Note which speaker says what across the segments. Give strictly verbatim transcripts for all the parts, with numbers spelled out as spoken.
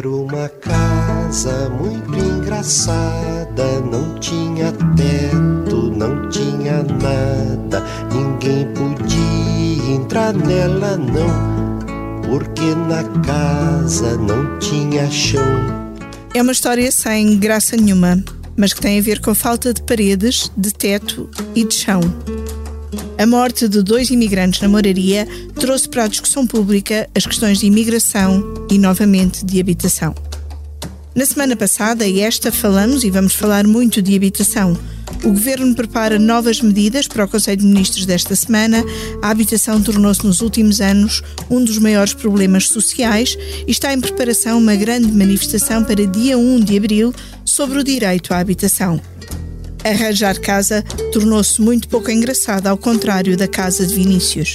Speaker 1: Era uma casa muito engraçada, não tinha teto, não tinha nada, ninguém podia entrar nela não, porque na casa não tinha chão.
Speaker 2: É uma história sem graça nenhuma, mas que tem a ver com a falta de paredes, de teto e de chão. A morte de dois imigrantes na Moraria trouxe para a discussão pública as questões de imigração e, novamente, de habitação. Na semana passada e esta falamos e vamos falar muito de habitação. O Governo prepara novas medidas para o Conselho de Ministros desta semana. A habitação tornou-se nos últimos anos um dos maiores problemas sociais e está em preparação uma grande manifestação para dia um de abril sobre o direito à habitação. Arranjar casa tornou-se muito pouco engraçado, ao contrário da casa de Vinícius.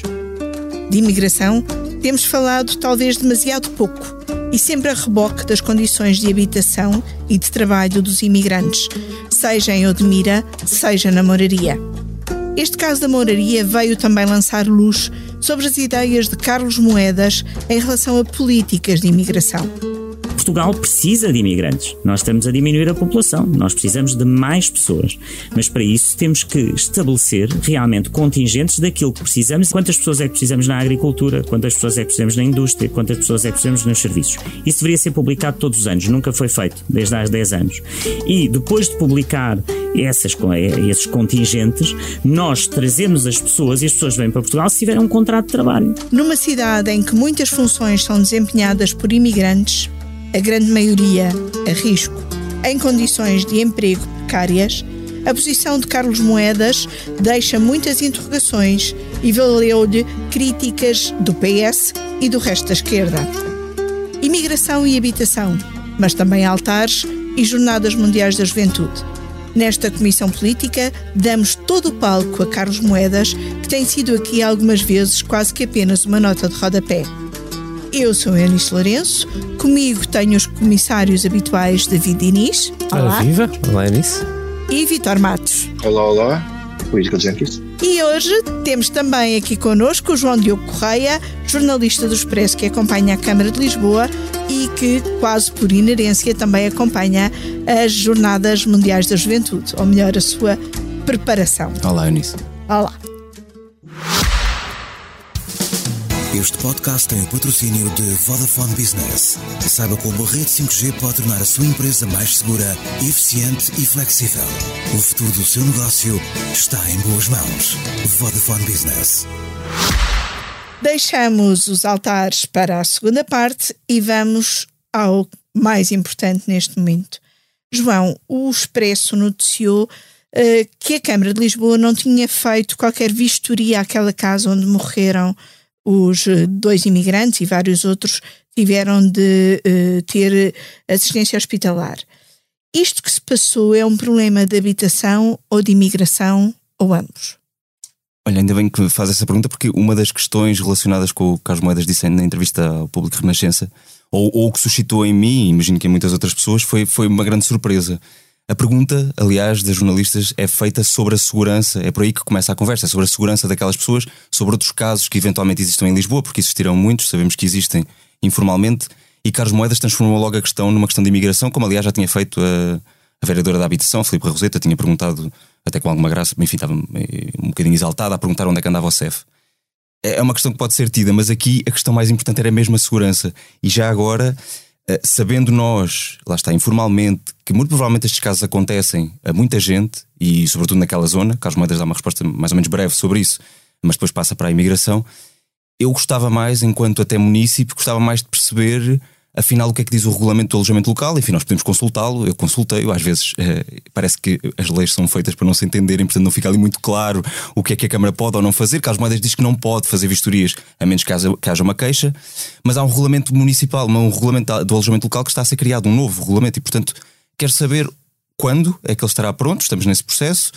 Speaker 2: De imigração, temos falado talvez demasiado pouco e sempre a reboque das condições de habitação e de trabalho dos imigrantes, seja em Odmira, seja na Moraria. Este caso da Moraria veio também lançar luz sobre as ideias de Carlos Moedas em relação a políticas de imigração.
Speaker 3: Portugal precisa de imigrantes. Nós estamos a diminuir a população. Nós precisamos de mais pessoas. Mas para isso temos que estabelecer realmente contingentes daquilo que precisamos. Quantas pessoas é que precisamos na agricultura? Quantas pessoas é que precisamos na indústria? Quantas pessoas é que precisamos nos serviços? Isso deveria ser publicado todos os anos. Nunca foi feito, desde há dez anos. E depois de publicar essas, esses contingentes, nós trazemos as pessoas e as pessoas vêm para Portugal se tiverem um contrato de trabalho.
Speaker 2: Numa cidade em que muitas funções são desempenhadas por imigrantes, a grande maioria a risco, em condições de emprego precárias, a posição de Carlos Moedas deixa muitas interrogações e valeu-lhe críticas do P S e do resto da esquerda. Imigração e habitação, mas também altares e Jornadas Mundiais da Juventude. Nesta comissão política, damos todo o palco a Carlos Moedas, que tem sido aqui algumas vezes quase que apenas uma nota de rodapé. Eu sou a Eunice Lourenço, comigo tenho os comissários habituais David Diniz.
Speaker 4: Olá. Viva! Olá, Eunice.
Speaker 2: E Vítor Matos.
Speaker 5: Olá, olá. Política Jenkins.
Speaker 2: E hoje temos também aqui connosco o João Diogo Correia, jornalista do Expresso que acompanha a Câmara de Lisboa e que, quase por inerência, também acompanha as Jornadas Mundiais da Juventude, ou melhor, a sua preparação.
Speaker 4: Olá, Eunice.
Speaker 2: Olá.
Speaker 6: Este podcast tem o patrocínio de Vodafone Business. Saiba como a rede cinco G pode tornar a sua empresa mais segura, eficiente e flexível. O futuro do seu negócio está em boas mãos. Vodafone Business.
Speaker 2: Deixamos os altares para a segunda parte e vamos ao mais importante neste momento. João, o Expresso noticiou uh, que a Câmara de Lisboa não tinha feito qualquer vistoria àquela casa onde morreram os dois imigrantes e vários outros tiveram de uh, ter assistência hospitalar. Isto que se passou é um problema de habitação ou de imigração ou ambos?
Speaker 4: Olha, ainda bem que faz essa pergunta, porque uma das questões relacionadas com o que Carlos Moedas disse na entrevista ao Público Renascença, ou, ou que suscitou em mim, e imagino que em muitas outras pessoas, foi, foi uma grande surpresa. A pergunta, aliás, das jornalistas é feita sobre a segurança, é por aí que começa a conversa, sobre a segurança daquelas pessoas, sobre outros casos que eventualmente existam em Lisboa, porque existirão muitos, sabemos que existem informalmente, e Carlos Moedas transformou logo a questão numa questão de imigração, como aliás já tinha feito a, a vereadora da habitação, Filipe Roseta, tinha perguntado, até com alguma graça, enfim, estava um bocadinho exaltada a perguntar onde é que andava o C E F. É uma questão que pode ser tida, mas aqui a questão mais importante era mesmo a segurança, e já agora, sabendo nós, lá está, informalmente, que muito provavelmente estes casos acontecem a muita gente, e sobretudo naquela zona, Carlos Moedas dá uma resposta mais ou menos breve sobre isso, mas depois passa para a imigração, eu gostava mais, enquanto até munícipe, gostava mais de perceber, afinal, o que é que diz o regulamento do alojamento local. Enfim, nós podemos consultá-lo, eu consultei-o, às vezes eh, parece que as leis são feitas para não se entenderem, portanto não fica ali muito claro o que é que a Câmara pode ou não fazer. Carlos Moedas diz que não pode fazer vistorias, a menos que haja, que haja uma queixa, mas há um regulamento municipal, um regulamento do alojamento local que está a ser criado, um novo regulamento, e portanto quero saber quando é que ele estará pronto, estamos nesse processo,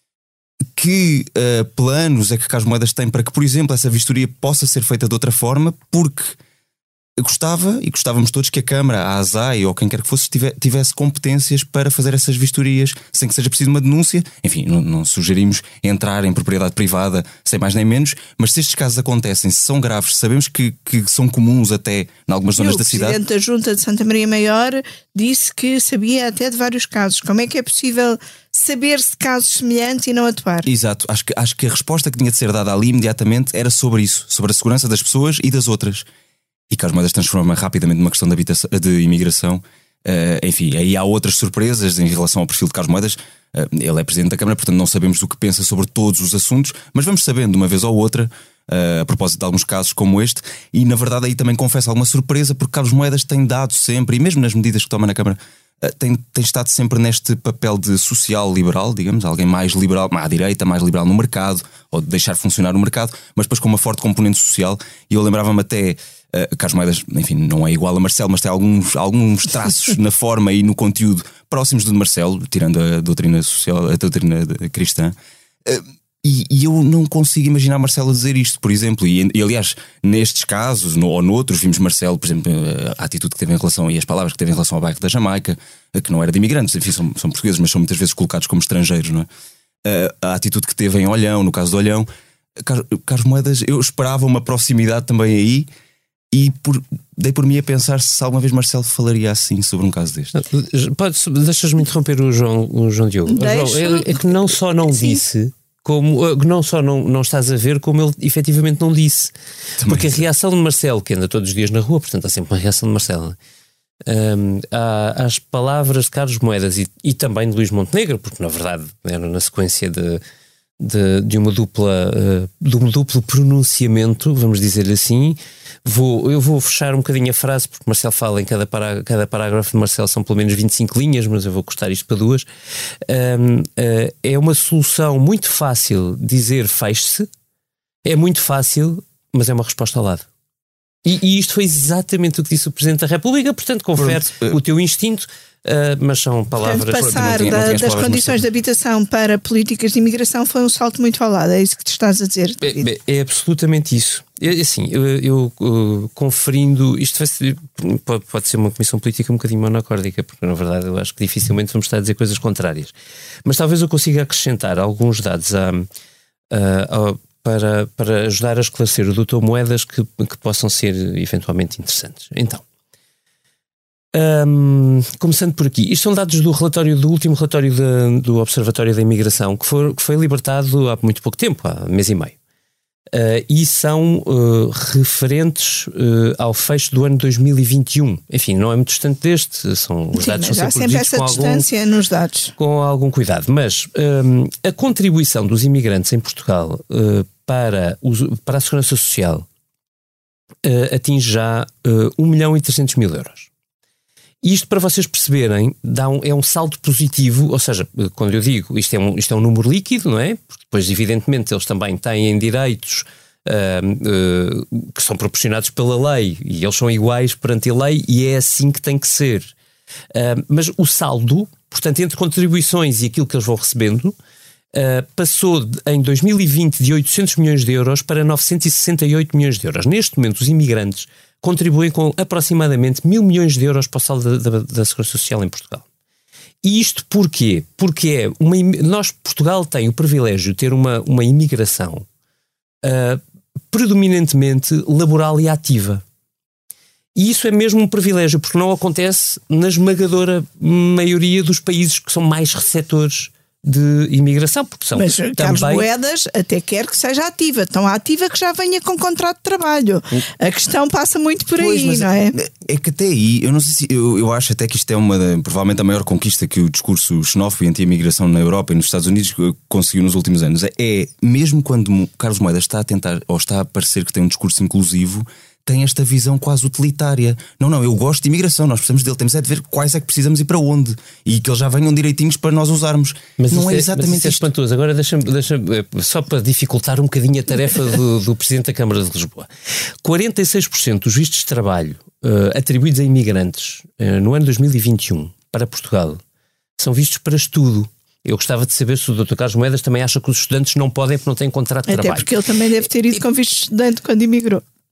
Speaker 4: que uh, planos é que Carlos Moedas tem para que, por exemplo, essa vistoria possa ser feita de outra forma, porque Eu gostava, e gostávamos todos, que a Câmara, a ASAI ou quem quer que fosse tivesse competências para fazer essas vistorias sem que seja preciso uma denúncia. Enfim, não, não sugerimos entrar em propriedade privada sem mais nem menos, mas se estes casos acontecem, se são graves, sabemos que, que são comuns até em algumas zonas da cidade.
Speaker 2: O Presidente da Junta de Santa Maria Maior disse que sabia até de vários casos. Como é que é possível saber-se de casos semelhantes e não atuar?
Speaker 4: Exato, acho que, acho que a resposta que tinha de ser dada ali imediatamente era sobre isso, sobre a segurança das pessoas e das outras. E Carlos Moedas transforma rapidamente numa questão de, habitação, de imigração. Uh, enfim, aí há outras surpresas em relação ao perfil de Carlos Moedas. Uh, ele é Presidente da Câmara, portanto não sabemos o que pensa sobre todos os assuntos, mas vamos sabendo de uma vez ou outra, uh, a propósito de alguns casos como este. E na verdade aí também confesso alguma surpresa, porque Carlos Moedas tem dado sempre, e mesmo nas medidas que toma na Câmara, uh, tem, tem estado sempre neste papel de social-liberal, digamos, alguém mais liberal, à direita, mais liberal no mercado, ou de deixar funcionar o mercado, mas depois com uma forte componente social. E eu lembrava-me até... Uh, Carlos Moedas, enfim, não é igual a Marcelo, mas tem alguns, alguns traços na forma e no conteúdo próximos do de Marcelo, tirando a doutrina social, a doutrina cristã. Uh, e, e eu não consigo imaginar Marcelo a dizer isto, por exemplo. E, e aliás, nestes casos, no, ou noutros, vimos Marcelo, por exemplo, a atitude que teve em relação, e as palavras que teve em relação ao bairro da Jamaica, que não era de imigrantes, enfim, são, são portugueses, mas são muitas vezes colocados como estrangeiros, não é? Uh, a atitude que teve em Olhão, no caso de Olhão. Carlos, Carlos Moedas, eu esperava uma proximidade também aí. E por, dei por mim a pensar se alguma vez Marcelo falaria assim sobre um caso deste.
Speaker 7: Deixas-me interromper o João, o João Diogo.
Speaker 2: Deixo...
Speaker 7: João, é, é que não só não Sim. disse, como não só não, não estás a ver, como ele efetivamente não disse. Também Porque a reação de Marcelo, que anda todos os dias na rua, portanto há sempre uma reação de Marcelo, um, há, às palavras de Carlos Moedas e, e também de Luís Montenegro, porque na verdade era na sequência de, de, de, uma dupla, uh, de um duplo pronunciamento, vamos dizer assim. Vou, eu vou fechar um bocadinho a frase, porque Marcelo fala em cada, pará, cada parágrafo de Marcelo são pelo menos vinte e cinco linhas, mas eu vou cortar isto para duas. Um, uh, é uma solução muito fácil dizer feche-se, é muito fácil, mas é uma resposta ao lado. E, e isto foi exatamente o que disse o Presidente da República, portanto confere Pronto. o teu instinto. Uh, mas são palavras...
Speaker 2: Portanto, passar
Speaker 4: tinha,
Speaker 2: da, das
Speaker 4: palavras
Speaker 2: condições de habitação para políticas de imigração foi um salto muito ao lado, é isso que te estás a dizer?
Speaker 7: É, é absolutamente isso. É, assim, eu, eu uh, conferindo... Isto vai ser, pode, pode ser uma comissão política um bocadinho monocórdica, porque na verdade eu acho que dificilmente vamos estar a dizer coisas contrárias. Mas talvez eu consiga acrescentar alguns dados a, a, a, para, para ajudar a esclarecer o doutor Moedas que, que possam ser eventualmente interessantes. Então, Um, começando por aqui, isto são dados do relatório, do último relatório de, do Observatório da Imigração, que foi, que foi libertado há muito pouco tempo, há mês e meio, uh, e são uh, referentes uh, ao fecho do ano dois mil e vinte e um. Enfim, não é muito distante deste, são, os
Speaker 2: Sim,
Speaker 7: dados são
Speaker 2: há
Speaker 7: sempre
Speaker 2: sempre essa
Speaker 7: com
Speaker 2: distância
Speaker 7: algum,
Speaker 2: nos dados.
Speaker 7: com algum cuidado, mas um, a contribuição dos imigrantes em Portugal uh, para, os, para a Segurança Social uh, atinge já uh, um milhão e trezentos mil euros. E isto, para vocês perceberem, dá um, é um saldo positivo, ou seja, quando eu digo isto é um, isto é um número líquido, não é? Porque depois, evidentemente, eles também têm direitos uh, uh, que são proporcionados pela lei e eles são iguais perante a lei e é assim que tem que ser. Uh, mas o saldo, portanto, entre contribuições e aquilo que eles vão recebendo, uh, passou de, em dois mil e vinte de oitocentos milhões de euros para novecentos e sessenta e oito milhões de euros. Neste momento, os imigrantes contribuem com aproximadamente mil milhões de euros para o saldo da, da, da Segurança Social em Portugal. E isto porquê? Porque é uma, nós, Portugal tem o privilégio de ter uma, uma imigração uh, predominantemente laboral e ativa. E isso é mesmo um privilégio, porque não acontece na esmagadora maioria dos países que são mais receptores de imigração, porque são
Speaker 2: Mas
Speaker 7: também...
Speaker 2: Carlos Moedas até quer que seja ativa, tão ativa que já venha com contrato de trabalho. A questão passa muito por
Speaker 4: pois,
Speaker 2: aí, não é?
Speaker 4: É que até aí, eu não sei se eu, eu acho até que isto é uma provavelmente a maior conquista que o discurso xenófobo e anti-imigração na Europa e nos Estados Unidos conseguiu nos últimos anos. É, é mesmo quando Carlos Moedas está a tentar, ou está a parecer que tem um discurso inclusivo, tem esta visão quase utilitária. Não, não, eu gosto de imigração, nós precisamos dele, temos é de ver quais é que precisamos e para onde. E que eles já venham direitinhos para nós usarmos.
Speaker 7: Mas
Speaker 4: não é,
Speaker 7: é
Speaker 4: exatamente
Speaker 7: mas isso é
Speaker 4: isto.
Speaker 7: espantoso. Agora deixa-me, deixa-me, só para dificultar um bocadinho a tarefa do, do Presidente da Câmara de Lisboa. quarenta e seis por cento dos vistos de trabalho uh, atribuídos a imigrantes uh, no ano dois mil e vinte e um para Portugal são vistos para estudo. Eu gostava de saber se o doutor Carlos Moedas também acha que os estudantes não podem porque não têm contrato de
Speaker 2: Até
Speaker 7: trabalho.
Speaker 2: porque ele também deve ter ido com visto de estudante quando imigrou.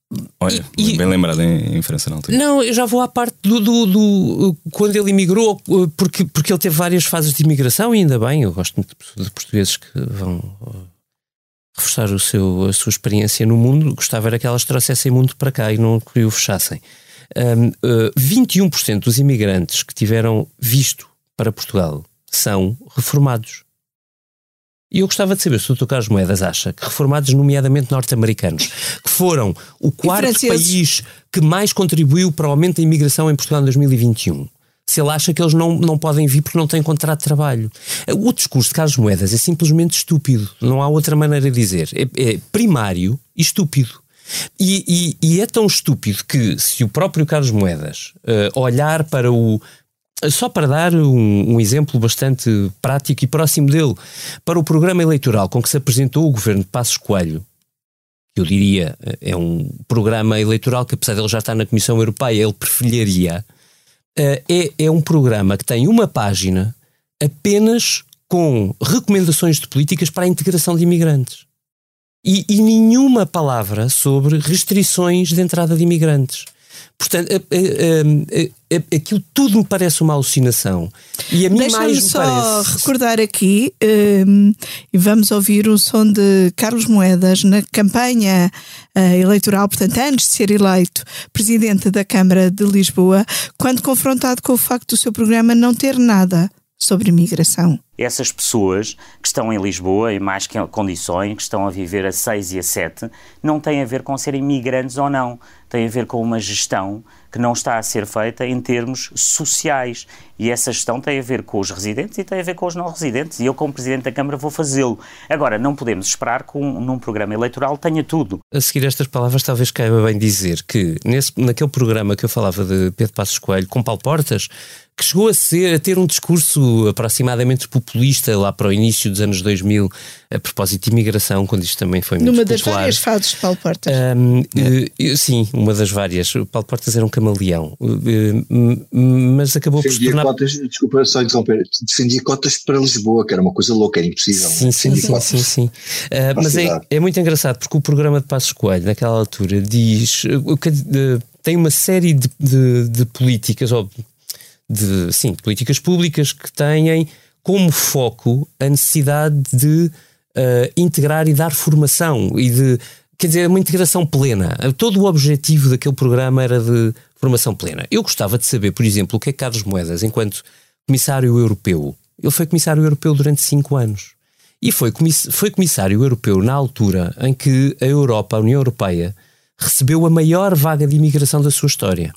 Speaker 4: Olha,
Speaker 7: e,
Speaker 4: bem lembrado em, em França na altura.
Speaker 7: Não, eu já vou à parte do, do, do quando ele imigrou, porque, porque ele teve várias fases de imigração e ainda bem, eu gosto muito de portugueses que vão reforçar o seu, a sua experiência no mundo. Gostava era que elas trouxessem mundo para cá e não que o fechassem. Um, uh, vinte e um por cento dos imigrantes que tiveram visto para Portugal são reformados. E eu gostava de saber se o doutor Carlos Moedas acha que reformados, nomeadamente norte-americanos, que foram o quarto país que mais contribuiu para o aumento da imigração em Portugal em dois mil e vinte e um, se ele acha que eles não, não podem vir porque não têm contrato de trabalho. O discurso de Carlos Moedas é simplesmente estúpido, não há outra maneira de dizer. É, é primário e estúpido. E, e, e é tão estúpido que, se o próprio Carlos Moedas uh, olhar para o... Só para dar um, um exemplo bastante prático e próximo dele, para o programa eleitoral com que se apresentou o governo de Passos Coelho, que eu diria é um programa eleitoral que, apesar de ele já estar na Comissão Europeia, ele preferia, é, é um programa que tem uma página apenas com recomendações de políticas para a integração de imigrantes. E, e nenhuma palavra sobre restrições de entrada de imigrantes. Portanto, aquilo tudo me parece uma alucinação. E a mim
Speaker 2: Deixa-me
Speaker 7: mais me
Speaker 2: só
Speaker 7: parece...
Speaker 2: recordar aqui, um, e vamos ouvir o som de Carlos Moedas na campanha uh, eleitoral, portanto, antes de ser eleito presidente da Câmara de Lisboa, quando confrontado com o facto do seu programa não ter nada sobre imigração.
Speaker 8: Essas pessoas que estão em Lisboa, em mais condições, que estão a viver a seis e a sete, não têm a ver com serem migrantes ou não. Tem a ver com uma gestão que não está a ser feita em termos sociais. E essa gestão tem a ver com os residentes e tem a ver com os não residentes. E eu, como Presidente da Câmara, vou fazê-lo. Agora, não podemos esperar que um, num programa eleitoral tenha tudo.
Speaker 7: A seguir estas palavras, talvez caiba bem dizer que nesse, naquele programa que eu falava de Pedro Passos Coelho, com Paulo Portas, que chegou a, ser, a ter um discurso aproximadamente populista lá para o início dos anos dois mil, a propósito de imigração, quando isto também foi muito
Speaker 2: Numa
Speaker 7: popular.
Speaker 2: das várias fases de Paulo Portas.
Speaker 7: Um, é. Sim, uma das várias. O Paulo Portas era um camaleão, mas acabou
Speaker 5: defendia
Speaker 7: por se tornar...
Speaker 5: Cotas, desculpa só interromper, defendia cotas para Lisboa, que era uma coisa louca, era impossível.
Speaker 7: Sim, sim, sim, sim, sim. Uh, mas é, é muito engraçado, porque o programa de Passos Coelho, naquela altura, diz... tem uma série de, de, de políticas, ou de, sim, políticas públicas que têm como foco a necessidade de uh, integrar e dar formação e de, quer dizer, uma integração plena. Todo o objetivo daquele programa era de formação plena. Eu gostava de saber, por exemplo, o que é que Carlos Moedas, enquanto comissário europeu, ele foi comissário europeu durante cinco anos e foi, comiss- foi comissário europeu na altura em que a Europa, a União Europeia, recebeu a maior vaga de imigração da sua história.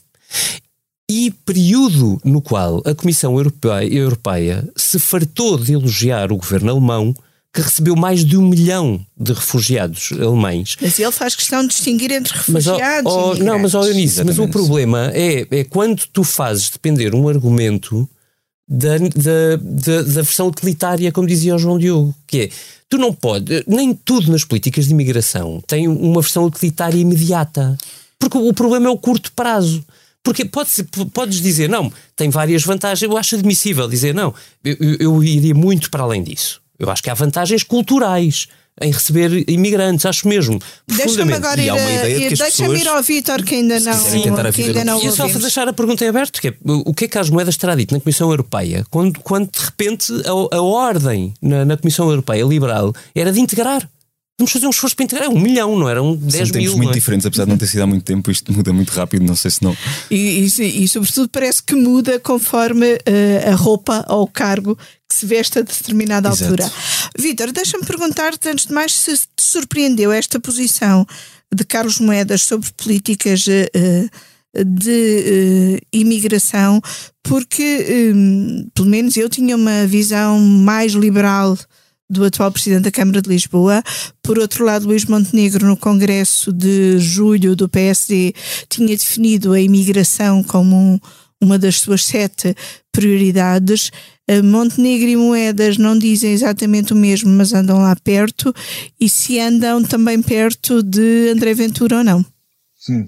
Speaker 7: E período no qual a Comissão Europeia, Europeia se fartou de elogiar o governo alemão, que recebeu mais de um milhão de refugiados alemães.
Speaker 2: Mas ele faz questão de distinguir entre refugiados
Speaker 7: mas, oh, oh,
Speaker 2: e
Speaker 7: não, mas, oh, Eunice, mas o problema é, é quando tu fazes depender um argumento da, da, da, da versão utilitária, como dizia o João Diogo, que é, tu não podes, nem tudo nas políticas de imigração tem uma versão utilitária imediata, porque o problema é o curto prazo. Porque podes, podes dizer, não, tem várias vantagens, eu acho admissível dizer, não, eu, eu iria muito para além disso. Eu acho que há vantagens culturais em receber imigrantes, acho mesmo.
Speaker 2: Deixa-me agora ir, ir, deixa pessoas... ir ao Vítor, que ainda não, que ainda não
Speaker 7: E é só deixar a pergunta em aberto, que é, o que é que Carlos Moedas terá dito na Comissão Europeia, quando, quando de repente a, a ordem na, na Comissão Europeia liberal era de integrar. Vamos fazer um esforço para integrar, é um milhão, não eram dez
Speaker 4: mil. São tempos muito diferentes, apesar de não ter sido há muito tempo, isto muda muito rápido, não sei se não.
Speaker 2: E, e, e sobretudo parece que muda conforme uh, a roupa ou o cargo que se veste a determinada
Speaker 4: Exato.
Speaker 2: altura. Vítor, deixa-me perguntar-te antes de mais se te surpreendeu esta posição de Carlos Moedas sobre políticas uh, de uh, imigração, porque um, pelo menos eu tinha uma visão mais liberal do atual Presidente da Câmara de Lisboa. Por outro lado, Luís Montenegro, no Congresso de julho do P S D, tinha definido a imigração como um, uma das suas sete prioridades. Montenegro e Moedas não dizem exatamente o mesmo, mas andam lá perto, e se andam também perto de André Ventura ou não?
Speaker 5: Hum.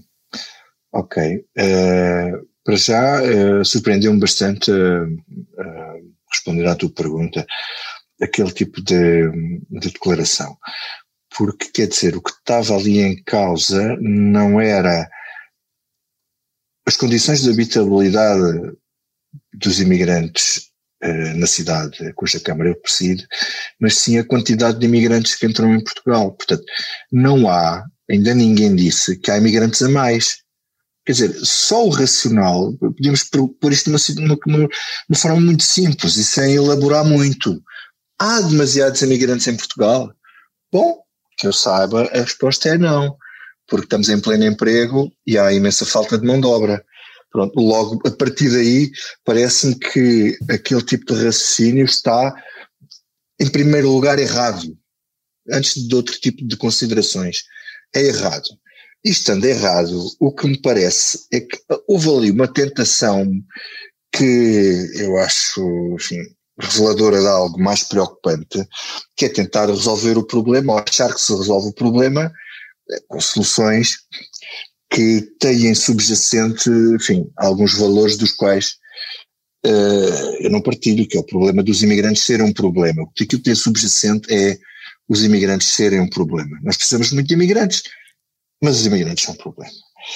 Speaker 5: Ok. Uh, para já, uh, surpreendeu-me bastante uh, uh, responder à tua pergunta aquele tipo de, de declaração, porque, quer dizer, o que estava ali em causa não era as condições de habitabilidade dos imigrantes uh, na cidade cuja Câmara eu presido, mas sim a quantidade de imigrantes que entram em Portugal. Portanto, não há, ainda ninguém disse que há imigrantes a mais. Quer dizer, só o racional, podemos pôr isto numa, numa, numa forma muito simples e sem elaborar muito. Há demasiados imigrantes em Portugal? Bom, que eu saiba, a resposta é não, porque estamos em pleno emprego e há imensa falta de mão de obra. Pronto, logo, a partir daí, parece-me que aquele tipo de raciocínio está, em primeiro lugar, errado, antes de outro tipo de considerações. É errado. E estando errado, o que me parece é que houve ali uma tentação que eu acho, enfim, reveladora de algo mais preocupante, que é tentar resolver o problema, ou achar que se resolve o problema com soluções que têm subjacente, enfim, alguns valores dos quais uh, eu não partilho, que é o problema dos imigrantes serem um problema. O que aquilo que tem subjacente é os imigrantes serem um problema. Nós precisamos muito de imigrantes, mas os imigrantes são um problema.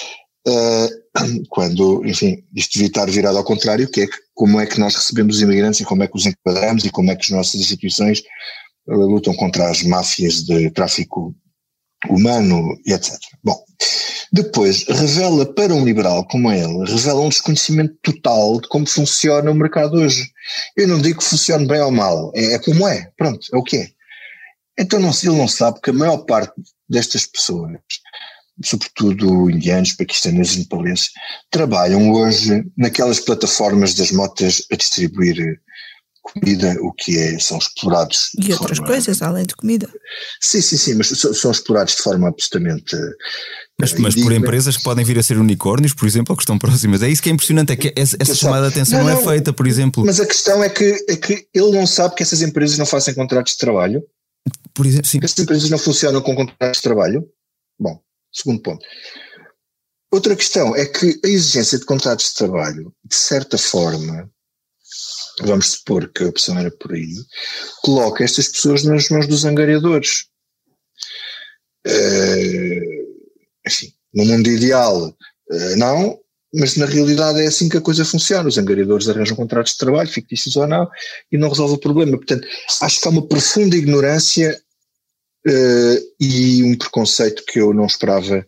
Speaker 5: Uh, quando, enfim, isto devia estar virado ao contrário, que é que, como é que nós recebemos os imigrantes e como é que os enquadramos e como é que as nossas instituições uh, lutam contra as máfias de tráfico humano e etcétera. Bom, depois revela para um liberal como ele, revela um desconhecimento total de como funciona o mercado hoje. Eu não digo que funcione bem ou mal, é, é como é, pronto, é o que é. Então não, ele não sabe que a maior parte destas pessoas, sobretudo indianos, paquistaneses, nepaleses, trabalham hoje naquelas plataformas das motas a distribuir comida, o que é, são explorados.
Speaker 2: E outras forma, coisas, além de comida.
Speaker 5: Sim, sim, sim, mas são, são explorados de forma absolutamente...
Speaker 4: Mas, mas por empresas que podem vir a ser unicórnios, por exemplo, ou que estão próximas. É isso que é impressionante, é que essa, essa chamada de atenção não, não, não é feita, por exemplo.
Speaker 5: Mas a questão é que, é que ele não sabe que essas empresas não fazem contratos de trabalho.
Speaker 4: Por exemplo, sim.
Speaker 5: Que essas empresas não funcionam com contratos de trabalho. Bom, segundo ponto. Outra questão é que a exigência de contratos de trabalho, de certa forma, vamos supor que a opção era por aí, coloca estas pessoas nas mãos dos angariadores. Uh, enfim, no mundo ideal uh, não, mas na realidade é assim que a coisa funciona. Os angariadores arranjam contratos de trabalho, fictícios ou não, e não resolve o problema. Portanto, acho que há uma profunda ignorância uh, e um preconceito que eu não esperava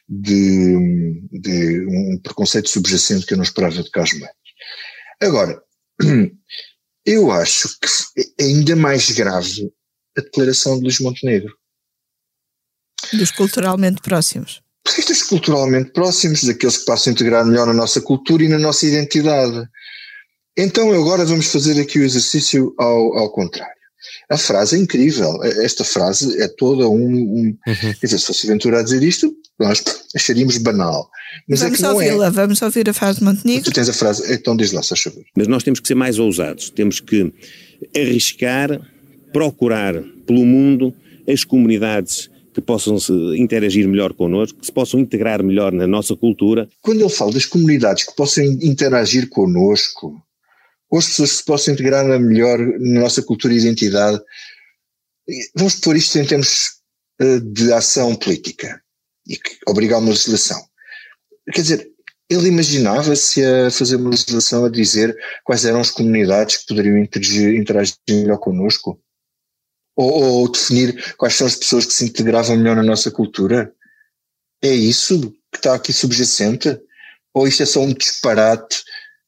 Speaker 5: de, de um preconceito subjacente que eu não esperava de Carlos Moedas. Agora, eu acho que é ainda mais grave a declaração de Luís Montenegro.
Speaker 2: Dos culturalmente próximos.
Speaker 5: Dos culturalmente próximos, daqueles que passam a integrar melhor na nossa cultura e na nossa identidade. Então agora vamos fazer aqui o exercício ao, ao contrário. A frase é incrível, esta frase é toda um... um uhum. Quer dizer, se fosse Ventura a dizer isto, nós acharíamos banal. Mas
Speaker 2: vamos
Speaker 5: é que
Speaker 2: ouvi-la,
Speaker 5: é.
Speaker 2: vamos ouvir a frase de Montenegro.
Speaker 5: Tu tens a frase, então diz lá, se faz favor.
Speaker 9: Mas nós temos que ser mais ousados, temos que arriscar, procurar pelo mundo as comunidades que possam se interagir melhor connosco, que se possam integrar melhor na nossa cultura.
Speaker 5: Quando ele fala das comunidades que possam interagir connosco, ou as pessoas que se possam integrar melhor na nossa cultura e identidade, vamos pôr isto em termos uh, de ação política e que obrigar uma legislação. Quer dizer, ele imaginava-se a fazer uma legislação a dizer quais eram as comunidades que poderiam interagir, interagir melhor connosco? Ou, ou definir quais são as pessoas que se integravam melhor na nossa cultura? É isso que está aqui subjacente? Ou isto é só um disparate,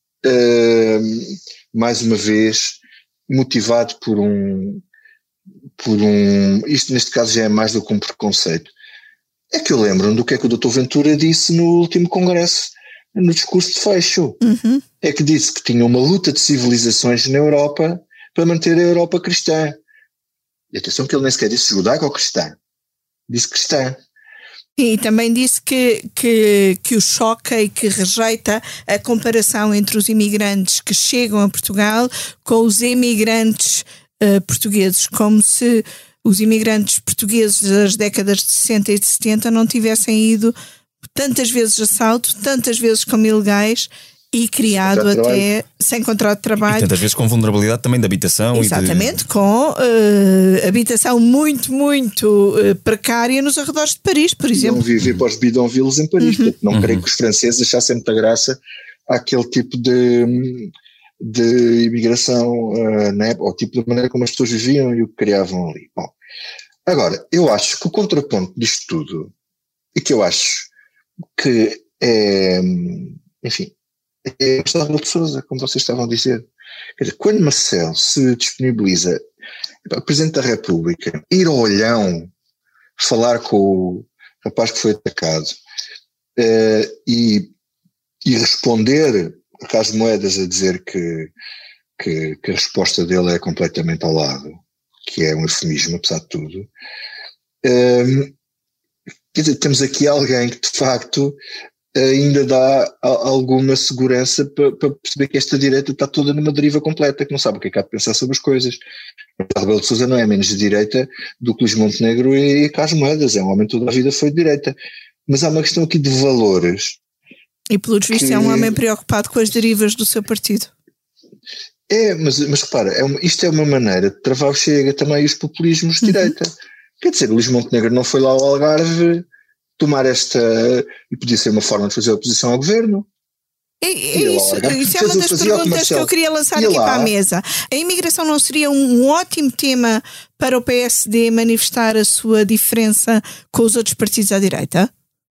Speaker 5: uh, mais uma vez, motivado por um, por um... Isto neste caso já é mais do que um preconceito. É que eu lembro-me do que é que o doutor Ventura disse no último congresso, no discurso de fecho.
Speaker 2: Uhum.
Speaker 5: É que disse que tinha uma luta de civilizações na Europa para manter a Europa cristã. E atenção que ele nem sequer disse judaica ou cristã. Disse cristã.
Speaker 2: E também disse que, que, que o choca e que rejeita a comparação entre os imigrantes que chegam a Portugal com os imigrantes uh, portugueses, como se os imigrantes portugueses das décadas de sessenta e de setenta não tivessem ido tantas vezes a salto, tantas vezes como ilegais E criado
Speaker 5: sem
Speaker 2: até
Speaker 5: trabalho.
Speaker 2: sem contrato de trabalho.
Speaker 4: E tantas vezes com vulnerabilidade também de habitação.
Speaker 2: Exatamente,
Speaker 4: e de...
Speaker 2: com uh, habitação muito, muito uh, precária nos arredores de Paris, por exemplo.
Speaker 5: Não viver para os bidonvilles em Paris, uhum. Não uhum. creio que os franceses achassem muita graça àquele tipo de, de imigração, uh, né? Ou tipo de maneira como as pessoas viviam e o que criavam ali. Bom, agora, eu acho que o contraponto disto tudo, e que eu acho que é, enfim, é a questão de Sousa, como vocês estavam a dizer. Quer dizer, quando Marcelo se disponibiliza, o Presidente da República, ir ao Olhão falar com o rapaz que foi atacado uh, e, e responder a Carlos Moedas a dizer que, que, que a resposta dele é completamente ao lado, que é um eufemismo, apesar de tudo. Uh, quer dizer, temos aqui alguém que de facto ainda dá alguma segurança para, para perceber que esta direita está toda numa deriva completa, que não sabe o que é que há de pensar sobre as coisas. O Rebelo de Sousa não é menos de direita do que Luís Montenegro e Carlos Moedas, é um homem que toda a vida foi de direita. Mas há uma questão aqui de valores.
Speaker 2: E pelos vistos que... é um homem preocupado com as derivas do seu partido.
Speaker 5: É, mas, mas repara, é uma, isto é uma maneira de travar o Chega também e os populismos de uhum. direita. Quer dizer, Luís Montenegro não foi lá ao Algarve tomar esta, e podia ser uma forma de fazer oposição ao governo.
Speaker 2: É, é isso, isso é uma das perguntas que eu queria lançar aqui para a mesa. A imigração não seria um ótimo tema para o P S D manifestar a sua diferença com os outros partidos à direita?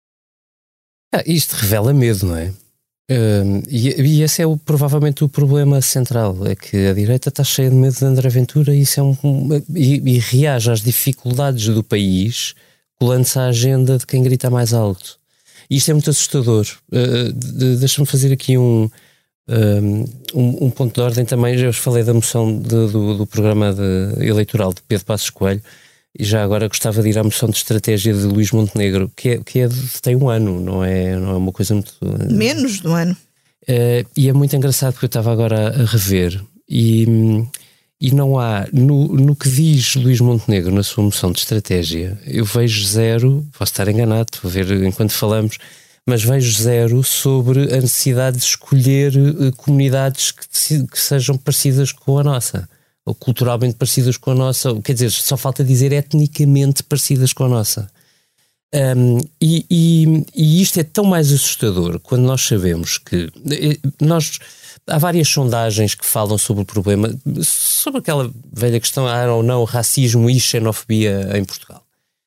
Speaker 7: Ah, isto revela medo, não é? Uh, e, e esse é o, provavelmente o problema central, é que a direita está cheia de medo de André Ventura e, isso é um, um, e, e reage às dificuldades do país colando-se à agenda de quem grita mais alto. E isto é muito assustador. Uh, de, deixa-me fazer aqui um, um, um ponto de ordem também. Já vos falei da moção de, do, do programa de, eleitoral de Pedro Passos Coelho e já agora gostava de ir à moção de estratégia de Luís Montenegro, que, é, que é de, tem um ano, não é, não é uma coisa muito...
Speaker 2: Menos de um ano.
Speaker 7: Uh, e é muito engraçado porque eu estava agora a rever e... E não há, no, no que diz Luís Montenegro na sua moção de estratégia, eu vejo zero, posso estar enganado, vou ver enquanto falamos, mas vejo zero sobre a necessidade de escolher uh, comunidades que, que sejam parecidas com a nossa, ou culturalmente parecidas com a nossa, ou, quer dizer, só falta dizer etnicamente parecidas com a nossa. Um, e, e, e isto é tão mais assustador quando nós sabemos que nós... Há várias sondagens que falam sobre o problema, sobre aquela velha questão, há ou não racismo e xenofobia em Portugal.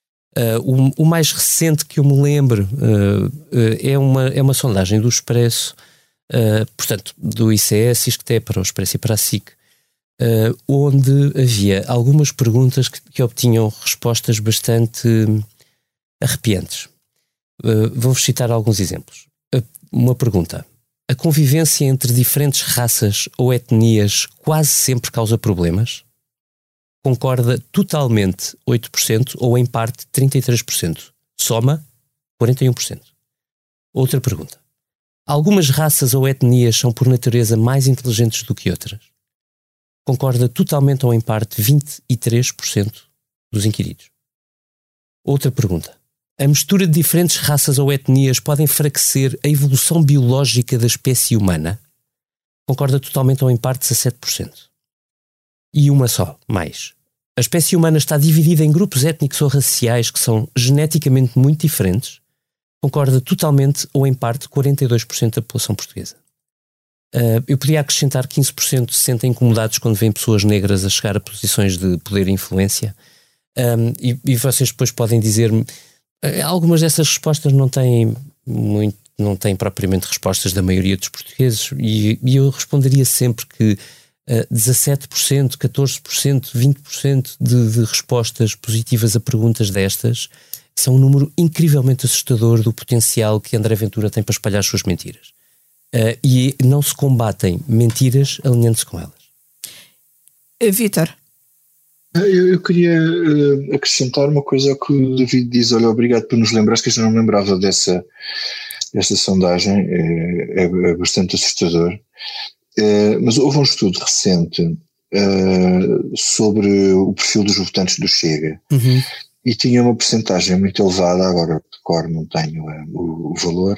Speaker 7: Uh, o, o mais recente que eu me lembro uh, uh, é, uma, é uma sondagem do Expresso, uh, portanto, do I C S, isto que é para o Expresso e para a S I C, uh, onde havia algumas perguntas que, que obtinham respostas bastante arrepiantes. Uh, vou-vos citar alguns exemplos. Uh, uma pergunta. A convivência entre diferentes raças ou etnias quase sempre causa problemas? Concorda totalmente oito por cento ou em parte trinta e três por cento. Soma quarenta e um por cento. Outra pergunta. Algumas raças ou etnias são por natureza mais inteligentes do que outras? Concorda totalmente ou em parte vinte e três por cento dos inquiridos. Outra pergunta. A mistura de diferentes raças ou etnias pode enfraquecer a evolução biológica da espécie humana? Concorda totalmente ou em parte dezassete por cento. E uma só, mais. A espécie humana está dividida em grupos étnicos ou raciais que são geneticamente muito diferentes? Concorda totalmente ou em parte quarenta e dois por cento da população portuguesa. Uh, eu podia acrescentar quinze por cento se sentem incomodados quando veem pessoas negras a chegar a posições de poder e influência. Um, e, e vocês depois podem dizer-me. Algumas dessas respostas não têm, muito, não têm propriamente respostas da maioria dos portugueses e, e eu responderia sempre que uh, dezassete por cento, catorze por cento, vinte por cento de, de respostas positivas a perguntas destas são um número incrivelmente assustador do potencial que André Ventura tem para espalhar as suas mentiras. Uh, e não se combatem mentiras alinhando-se com elas.
Speaker 2: Vítor.
Speaker 5: Eu, eu queria uh, acrescentar uma coisa ao que o David diz. Olha, obrigado por nos lembrar, que eu já não me lembrava dessa, dessa sondagem, é, é, é bastante assustador. Uh, mas houve um estudo recente uh, sobre o perfil dos votantes do Chega.
Speaker 7: Uhum.
Speaker 5: e tinha uma percentagem muito elevada, agora de cor não tenho uh, o, o valor,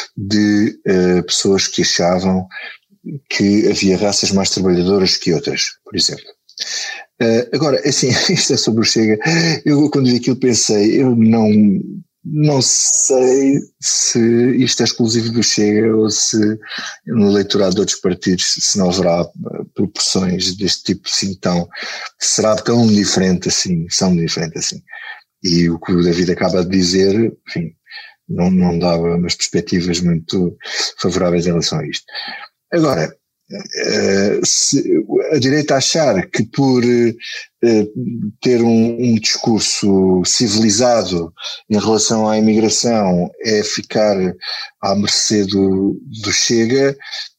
Speaker 5: de uh, pessoas que achavam que havia raças mais trabalhadoras que outras, por exemplo. Uh, agora, assim, isto é sobre o Chega. Eu, quando vi aquilo, pensei, eu não, não sei se isto é exclusivo do Chega ou se no eleitorado de outros partidos se não haverá proporções deste tipo, assim, tão, será tão diferente assim, são diferentes assim. E o que o David acaba de dizer, enfim, não, não dava umas perspectivas muito favoráveis em relação a isto. Agora, Uh, se a direita achar que por uh, ter um, um discurso civilizado em relação à imigração é ficar à mercê do, do Chega,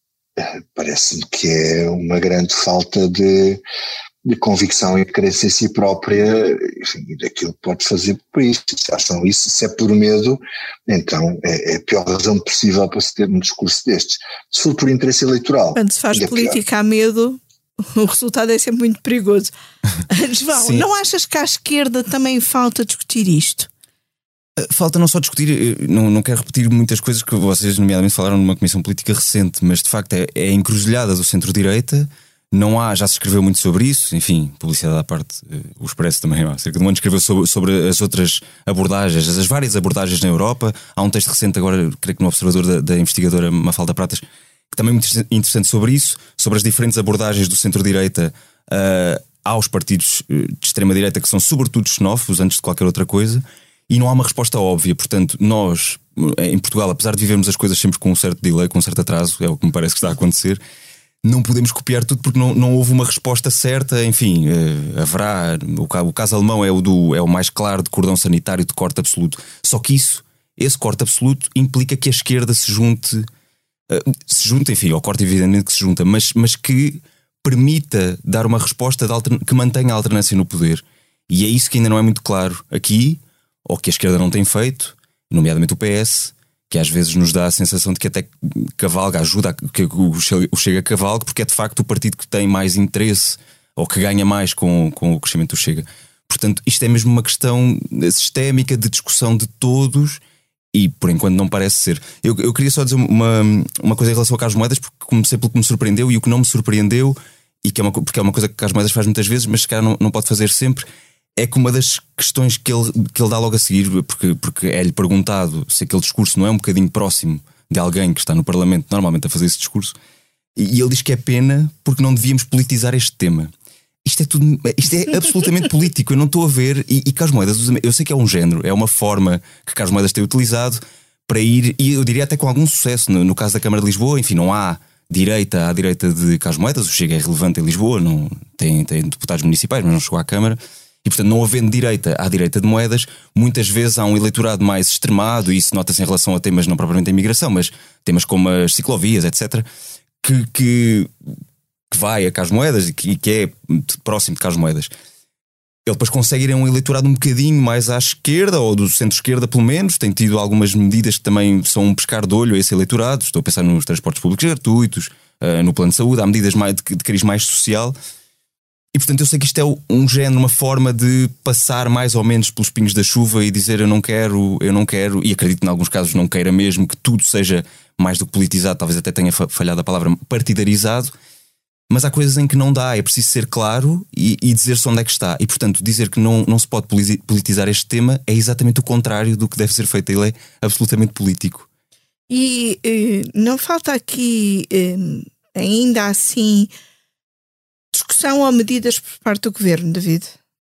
Speaker 5: uh, parece-me que é uma grande falta de, de convicção e de crença em si própria, enfim, daquilo que pode fazer para isto. Se acham isso, se é por medo, então é, é a pior razão possível para se ter um discurso destes. Se for por interesse eleitoral...
Speaker 2: Quando se faz
Speaker 5: é
Speaker 2: política
Speaker 5: pior.
Speaker 2: A medo, o resultado é sempre muito perigoso. João,
Speaker 4: Sim.
Speaker 2: não achas que à esquerda também falta discutir isto?
Speaker 4: Falta não só discutir, não, não quero repetir muitas coisas que vocês nomeadamente falaram numa comissão política recente, mas de facto é, é a encruzilhada do centro-direita. Não há, já se escreveu muito sobre isso, enfim, publicidade à parte, o Expresso também há cerca de um ano escreveu sobre, sobre as outras abordagens, as várias abordagens na Europa. Há um texto recente agora, creio que no Observador, da, da investigadora Mafalda Pratas, que também é muito interessante sobre isso, sobre as diferentes abordagens do centro-direita uh, aos partidos de extrema-direita, que são sobretudo xenófobos antes de qualquer outra coisa, e não há uma resposta óbvia. Portanto, nós, em Portugal, apesar de vivermos as coisas sempre com um certo delay, com um certo atraso, é o que me parece que está a acontecer, não podemos copiar tudo porque não, não houve uma resposta certa. Enfim, uh, haverá. O, o caso alemão é o, do, é o mais claro, de cordão sanitário, de corte absoluto. Só que isso, esse corte absoluto, implica que a esquerda se junte, uh, se junte, enfim, ao corte evidentemente que se junta, mas, mas que permita dar uma resposta de altern... que mantenha a alternância no poder. E é isso que ainda não é muito claro aqui, ou que a esquerda não tem feito, nomeadamente o P S, que às vezes nos dá a sensação de que até cavalga, ajuda a que o Chega cavalgue, porque é de facto o partido que tem mais interesse ou que ganha mais com, com o crescimento do Chega. Portanto, isto é mesmo uma questão sistémica de discussão de todos e por enquanto não parece ser. Eu, eu queria só dizer uma, uma coisa em relação a Carlos Moedas, porque comecei pelo que me surpreendeu e o que não me surpreendeu, e que é uma, porque é uma coisa que Carlos Moedas faz muitas vezes, mas se calhar não, não pode fazer sempre, é que uma das questões que ele, que ele dá logo a seguir, porque, porque é-lhe perguntado se aquele discurso não é um bocadinho próximo de alguém que está no Parlamento normalmente a fazer esse discurso, e ele diz que é pena porque não devíamos politizar este tema. Isto é tudo, isto é absolutamente político, eu não estou a ver, e, e Carlos Moedas, eu sei que é um género, é uma forma que Carlos Moedas tem utilizado para ir, e eu diria até com algum sucesso, no, no caso da Câmara de Lisboa, enfim, não há direita à direita de Carlos Moedas, o Chega é relevante em Lisboa, não, tem, tem deputados municipais, mas não chegou à Câmara. E portanto, não havendo direita à direita de Moedas, muitas vezes há um eleitorado mais extremado, e isso nota-se em relação a temas não propriamente da imigração, mas temas como as ciclovias, etcétera, que, que, que vai a Carlos Moedas e que, que é próximo de Carlos Moedas. Ele depois consegue ir a um eleitorado um bocadinho mais à esquerda, ou do centro-esquerda pelo menos, tem tido algumas medidas que também são um pescar de olho a esse eleitorado. Estou a pensar nos transportes públicos gratuitos, no plano de saúde, há medidas mais de, de cariz mais social. E portanto eu sei que isto é um género, uma forma de passar mais ou menos pelos pingos da chuva e dizer eu não quero, eu não quero, e acredito que em alguns casos não queira mesmo, que tudo seja mais do que politizado, talvez até tenha falhado a palavra partidarizado, mas há coisas em que não dá, é preciso ser claro e, e dizer-se onde é que está. E portanto dizer que não, não se pode politizar este tema é exatamente o contrário do que deve ser feito. Ele é absolutamente político.
Speaker 2: E eh, não falta aqui eh, ainda assim discussão ou medidas por parte do Governo, David?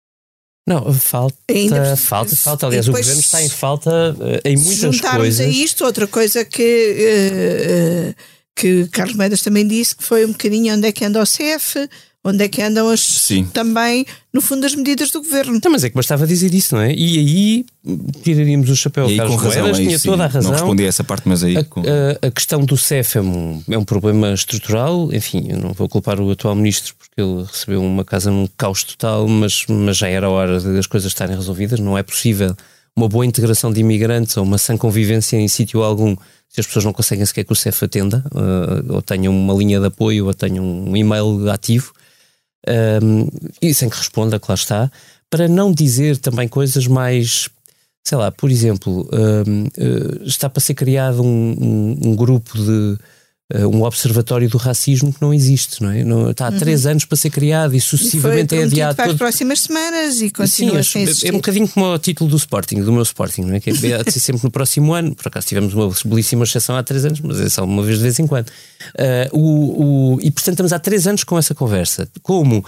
Speaker 7: Não, falta,
Speaker 2: Ainda,
Speaker 7: falta, falta. Aliás, o Governo está em falta uh, em muitas coisas.
Speaker 2: Juntarmos a isto, outra coisa que, uh, uh, que Carlos Moedas também disse, que foi um bocadinho onde é que anda o C F, onde é que andam as,
Speaker 4: Sim.
Speaker 2: também, no fundo, as medidas do Governo.
Speaker 7: Então, mas é que bastava dizer isso, não é? E aí tiraríamos o chapéu ao Carlos Moedas, tinha
Speaker 4: sim,
Speaker 7: toda a razão.
Speaker 4: Não respondi a essa parte, mas aí...
Speaker 7: A,
Speaker 4: com...
Speaker 7: a, a questão do C E F é um, é um problema estrutural, enfim, eu não vou culpar o atual Ministro porque ele recebeu uma casa num caos total, mas, mas já era hora das coisas estarem resolvidas. Não é possível uma boa integração de imigrantes ou uma sã convivência em sítio algum se as pessoas não conseguem sequer que o C E F atenda, uh, ou tenham uma linha de apoio, ou tenham um e-mail ativo. um, e sem que responda, claro está, para não dizer também coisas mais, sei lá, por exemplo, um, uh, está para ser criado um, um, um grupo de uh, um observatório do racismo que não existe, não é? Não, está há uhum. três anos para ser criado e sucessivamente
Speaker 2: e
Speaker 7: é adiado.
Speaker 2: Para
Speaker 7: todo...
Speaker 2: as próximas semanas e continua
Speaker 7: Sim,
Speaker 2: sem existir.
Speaker 7: É um bocadinho como o título do Sporting, do meu Sporting, não é? Que é de ser sempre no próximo ano. Por acaso tivemos uma belíssima exceção há três anos, mas é só uma vez de vez em quando. Uh, o, o, e portanto estamos há três anos com essa conversa. Como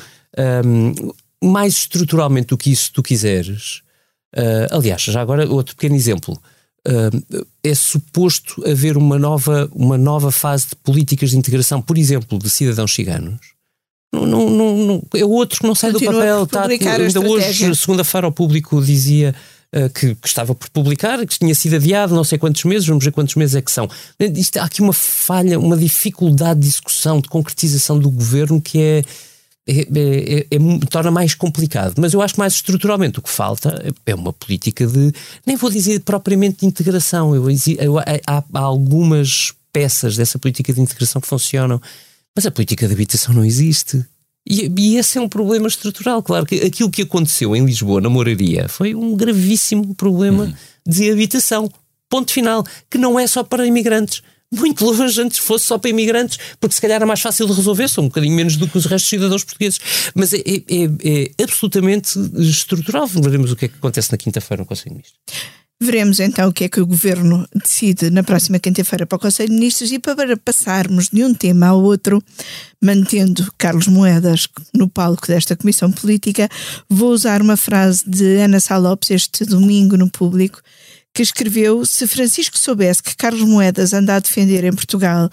Speaker 7: um, mais estruturalmente do que isso tu quiseres, uh, aliás, já agora outro pequeno exemplo. Uh, é suposto haver uma nova, uma nova fase de políticas de integração, por exemplo, de cidadãos ciganos. Não, não, não, não, é outro que não sai Continua do papel. Tá, ainda hoje, segunda-feira, ao público dizia uh, que, que estava por publicar, que tinha sido adiado não sei quantos meses, vamos ver quantos meses é que são. Isto, há aqui uma falha, uma dificuldade de execução, de concretização do governo que é. É, é, é, é, torna mais complicado, mas eu acho que mais estruturalmente o que falta é uma política de, nem vou dizer propriamente de integração, eu, eu, há, há algumas peças dessa política de integração que funcionam, mas a política de habitação não existe e, e esse é um problema estrutural. Claro que aquilo que aconteceu em Lisboa, na Moraria, foi um gravíssimo problema uhum. de habitação, ponto final, que não é só para imigrantes. Muito longe, antes fosse só para imigrantes, porque se calhar era mais fácil de resolver, são um bocadinho menos do que os restos dos cidadãos portugueses. Mas é, é, é absolutamente estrutural. Veremos o que é que acontece na quinta-feira no Conselho de Ministros.
Speaker 2: Veremos então o que é que o Governo decide na próxima quinta-feira para o Conselho de Ministros. E para passarmos de um tema ao outro, mantendo Carlos Moedas no palco desta Comissão Política, vou usar uma frase de Ana Sá Lopes este domingo no Público, que escreveu: se Francisco soubesse que Carlos Moedas anda a defender em Portugal,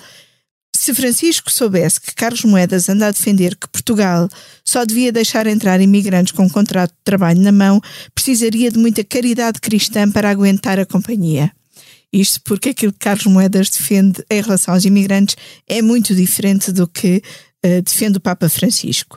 Speaker 2: se Francisco soubesse que Carlos Moedas anda a defender que Portugal só devia deixar entrar imigrantes com um contrato de trabalho na mão, precisaria de muita caridade cristã para aguentar a companhia. Isto porque aquilo que Carlos Moedas defende em relação aos imigrantes é muito diferente do que uh, defende o Papa Francisco.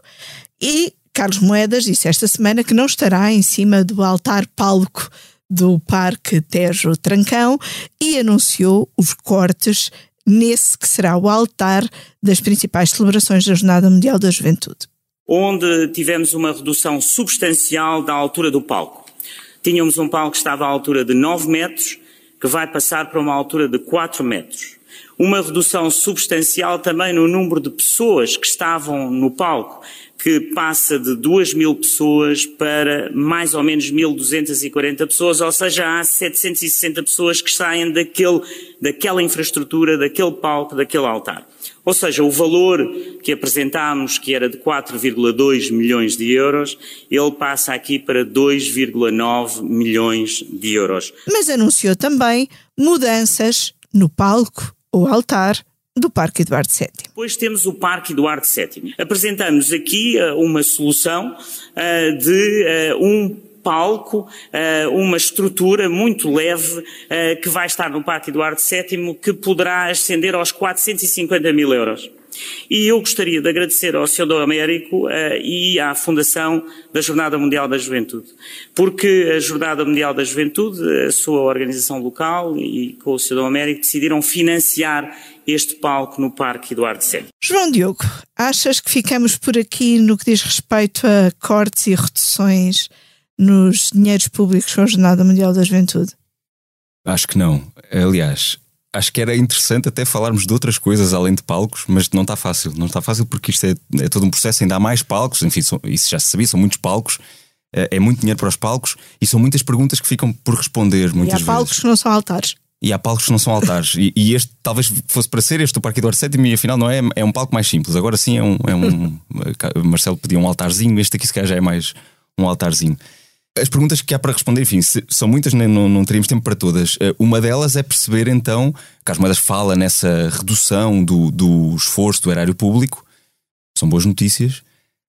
Speaker 2: E Carlos Moedas disse esta semana que não estará em cima do altar palco do Parque Tejo Trancão e anunciou os cortes nesse que será o altar das principais celebrações da Jornada Mundial da Juventude.
Speaker 10: Onde tivemos uma redução substancial da altura do palco. Tínhamos um palco que estava à altura de nove metros, que vai passar para uma altura de quatro metros. Uma redução substancial também no número de pessoas que estavam no palco, que passa de duas mil pessoas para mais ou menos mil duzentas e quarenta pessoas, ou seja, há setecentas e sessenta pessoas que saem daquele, daquela infraestrutura, daquele palco, daquele altar. Ou seja, o valor que apresentámos, que era de quatro vírgula dois milhões de euros, ele passa aqui para dois vírgula nove milhões de euros.
Speaker 2: Mas anunciou também mudanças no palco ou altar do Parque Eduardo sétimo.
Speaker 10: Depois temos o Parque Eduardo sétimo. Apresentamos aqui uh, uma solução uh, de uh, um palco, uh, uma estrutura muito leve uh, que vai estar no Parque Eduardo sétimo, que poderá ascender aos quatrocentos e cinquenta mil euros. E eu gostaria de agradecer ao senhor Dom Américo uh, e à Fundação da Jornada Mundial da Juventude, porque a Jornada Mundial da Juventude, a sua organização local e com o senhor Dom Américo, decidiram financiar este palco no Parque Eduardo sétimo.
Speaker 2: João Diogo, achas que ficamos por aqui no que diz respeito a cortes e reduções nos dinheiros públicos com a Jornada Mundial da Juventude?
Speaker 4: Acho que não. Aliás, acho que era interessante até falarmos de outras coisas além de palcos, mas não está fácil. Não está fácil porque isto é, é todo um processo, ainda há mais palcos, enfim, são, isso já se sabia, são muitos palcos, é, é muito dinheiro para os palcos e são muitas perguntas que ficam por responder muitas vezes.
Speaker 2: E há palcos que não são altares.
Speaker 4: E há palcos que não são altares. e, e este talvez fosse para ser este o Parque Eduardo sétimo e afinal não é, é um palco mais simples. Agora sim é um... É um Marcelo pedia um altarzinho, este aqui se calhar já é mais um altarzinho. As perguntas que há para responder, enfim, se, são muitas, nem, não, não teríamos tempo para todas. Uma delas é perceber então, Carlos Moedas fala nessa redução do, do esforço do erário público, são boas notícias,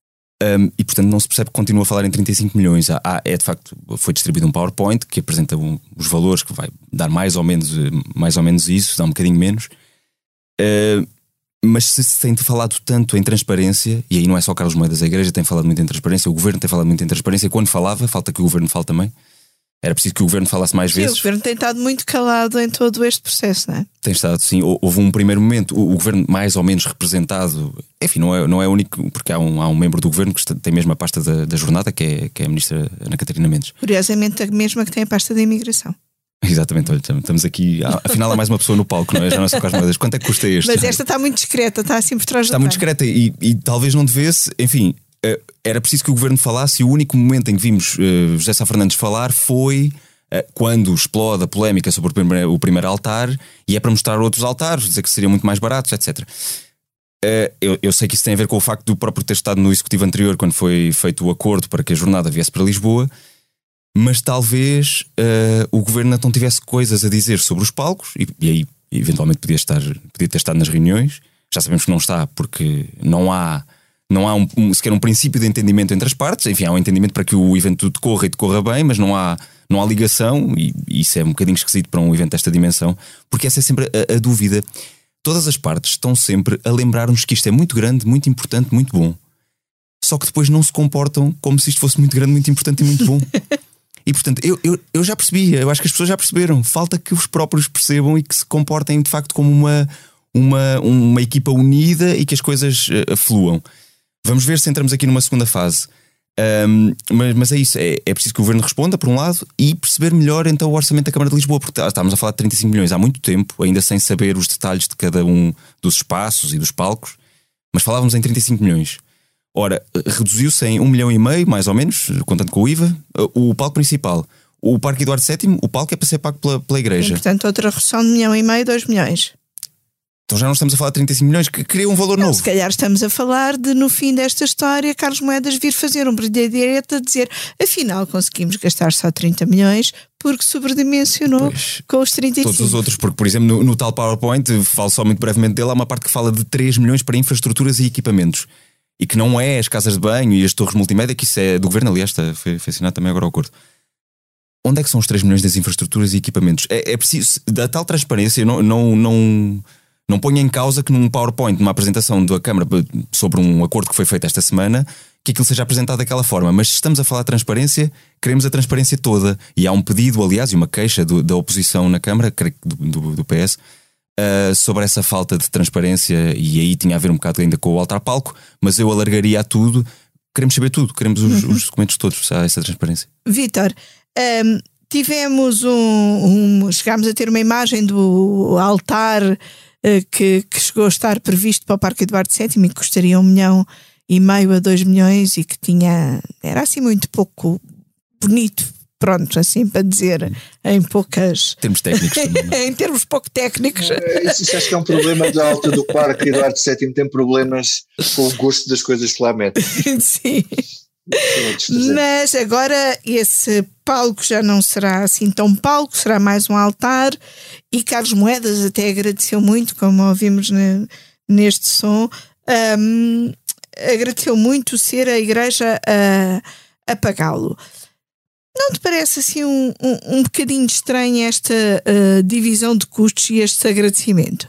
Speaker 4: um, e portanto não se percebe que continua a falar em trinta e cinco milhões. Há, é de facto, foi distribuído um PowerPoint que apresenta um, os valores, que vai dar mais ou menos, mais ou menos isso, dá um bocadinho menos. Uh, Mas se se tem falado tanto em transparência, e aí não é só Carlos Moedas, a Igreja tem falado muito em transparência, o Governo tem falado muito em transparência, e quando falava, falta que o Governo fale também, Era preciso que o Governo falasse mais
Speaker 2: sim,
Speaker 4: vezes.
Speaker 2: O Governo tem estado muito calado em todo este processo, não é?
Speaker 4: Tem estado, sim. Houve um primeiro momento, o, o Governo mais ou menos representado, enfim, não é, não é único, porque há um, há um membro do Governo que está, tem mesmo a pasta da, da jornada, que é, que é a Ministra Ana Catarina Mendes.
Speaker 2: Curiosamente, a mesma que tem a pasta da imigração.
Speaker 4: Exatamente, olha, estamos aqui. Afinal, há mais uma pessoa no palco, não é? Já não sei quais moedas. Quanto é que custa este?
Speaker 2: Mas esta está muito discreta, está assim por trás do
Speaker 4: Está muito discreta e, e talvez não devesse, enfim. Era preciso que o Governo falasse, e o único momento em que vimos uh, José Sá Fernandes falar foi uh, quando explode a polémica sobre o primeiro, o primeiro altar, e é para mostrar outros altares, dizer que seriam muito mais baratos, etcétera. Uh, eu, eu sei que isso tem a ver com o facto do próprio ter estado no executivo anterior, quando foi feito o acordo para que a jornada viesse para Lisboa, mas talvez uh, o Governo não tivesse coisas a dizer sobre os palcos, e, e aí eventualmente podia, estar, podia ter estado nas reuniões. Já sabemos que não está, porque não há. Não há um, um, sequer um princípio de entendimento entre as partes. Enfim, há um entendimento para que o evento decorra e decorra bem, mas não há, não há ligação, e, e isso é um bocadinho esquisito para um evento desta dimensão, porque essa é sempre a, a dúvida. Todas as partes estão sempre a lembrar-nos que isto é muito grande, muito importante, muito bom. Só que depois não se comportam como se isto fosse muito grande, muito importante e muito bom. E portanto, eu, eu, eu já percebi, eu acho que as pessoas já perceberam. Falta que os próprios percebam e que se comportem de facto como uma, uma, uma equipa unida e que as coisas uh, fluam. Vamos ver se entramos aqui numa segunda fase. Um, mas, mas é isso, é, é preciso que o Governo responda, por um lado, e perceber melhor então o orçamento da Câmara de Lisboa, porque estamos a falar de trinta e cinco milhões há muito tempo, ainda sem saber os detalhes de cada um dos espaços e dos palcos, mas falávamos em trinta e cinco milhões. Ora, reduziu-se em um milhão e meio, mais ou menos, contando com o I V A, o palco principal. O Parque Eduardo sétimo, o palco é para ser pago pela, pela Igreja.
Speaker 2: E, portanto, outra redução de um milhão e meio, dois milhões.
Speaker 4: Então já não estamos a falar de trinta e cinco milhões, que cria um valor
Speaker 2: não,
Speaker 4: novo.
Speaker 2: Se calhar estamos a falar de, no fim desta história, Carlos Moedas vir fazer um brilharete a dizer, afinal conseguimos gastar só trinta milhões porque sobredimensionou pois, com os trinta e cinco.
Speaker 4: Todos os outros, porque por exemplo no, no tal PowerPoint, falo só muito brevemente dele, há uma parte que fala de três milhões para infraestruturas e equipamentos. E que não é as casas de banho e as torres multimédia, que isso é do Governo, aliás, está, foi, foi assinado também agora ao acordo. Onde é que são os três milhões das infraestruturas e equipamentos? É, é preciso, da tal transparência, não... não, não Não ponha em causa que num PowerPoint, numa apresentação da Câmara sobre um acordo que foi feito esta semana, que aquilo seja apresentado daquela forma. Mas se estamos a falar de transparência, queremos a transparência toda. E há um pedido, aliás, e uma queixa do, da oposição na Câmara, creio que do, do, do P S, uh, sobre essa falta de transparência. E aí tinha a ver um bocado ainda com o altar-palco, mas eu alargaria a tudo. Queremos saber tudo, queremos os, uhum. os documentos todos, há essa transparência.
Speaker 2: Vítor, um, tivemos um, um... chegámos a ter uma imagem do altar... Que, que chegou a estar previsto para o Parque Eduardo sétimo e que custaria um milhão e meio a dois milhões e que tinha, era assim muito pouco bonito, pronto, assim para dizer em poucas...
Speaker 4: Termos técnicos também,
Speaker 2: em termos pouco técnicos.
Speaker 5: É, isso, isso acho que é um problema da alta do Parque Eduardo sétimo, tem problemas com o gosto das coisas que lá metem.
Speaker 2: Sim. Mas agora esse palco já não será assim tão palco, será mais um altar, e Carlos Moedas até agradeceu muito, como ouvimos ne, neste som, um, agradeceu muito ser a Igreja a, a pagá-lo. Não te parece assim um, um, um bocadinho estranho esta uh, divisão de custos e este agradecimento?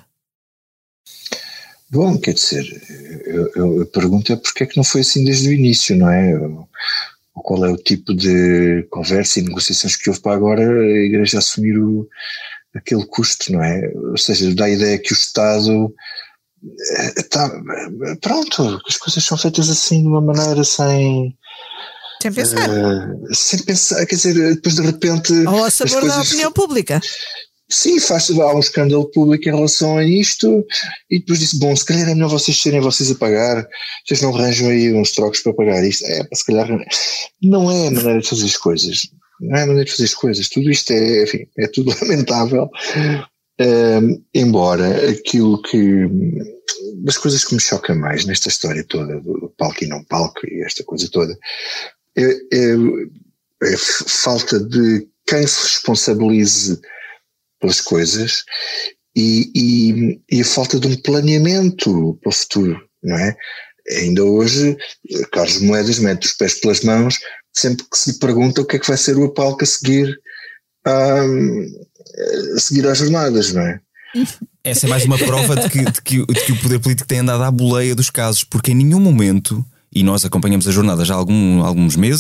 Speaker 5: Bom, quer dizer, eu, eu, a pergunta é porque é que não foi assim desde o início, não é? Qual é o tipo de conversa e negociações que houve para agora a Igreja assumir o, aquele custo, não é? Ou seja, dá a ideia que o Estado está, pronto, as coisas são feitas assim de uma maneira sem...
Speaker 2: Sem pensar.
Speaker 5: Uh, sem pensar, quer dizer, depois de repente...
Speaker 2: Ou a sabor coisas... da opinião pública.
Speaker 5: Sim, faz, há um escândalo público em relação a isto e depois disse, bom, se calhar é melhor vocês serem vocês a pagar, vocês não arranjam aí uns trocos para pagar isto. É, se calhar não é a maneira de fazer as coisas, não é a maneira de fazer as coisas, tudo isto é, enfim, é tudo lamentável, um, embora aquilo que, as coisas que me chocam mais nesta história toda, do palco e não palco e esta coisa toda, é, é, é falta de quem se responsabilize pelas coisas e, e, e a falta de um planeamento para o futuro, não é? Ainda hoje, Carlos Moedas mete os pés pelas mãos sempre que se lhe pergunta o que é que vai ser o palco a seguir, a, a seguir às jornadas, não é?
Speaker 4: Essa é mais uma prova de que, de, que, de que o poder político tem andado à boleia dos casos, porque em nenhum momento, e nós acompanhamos a jornada já há algum, alguns meses,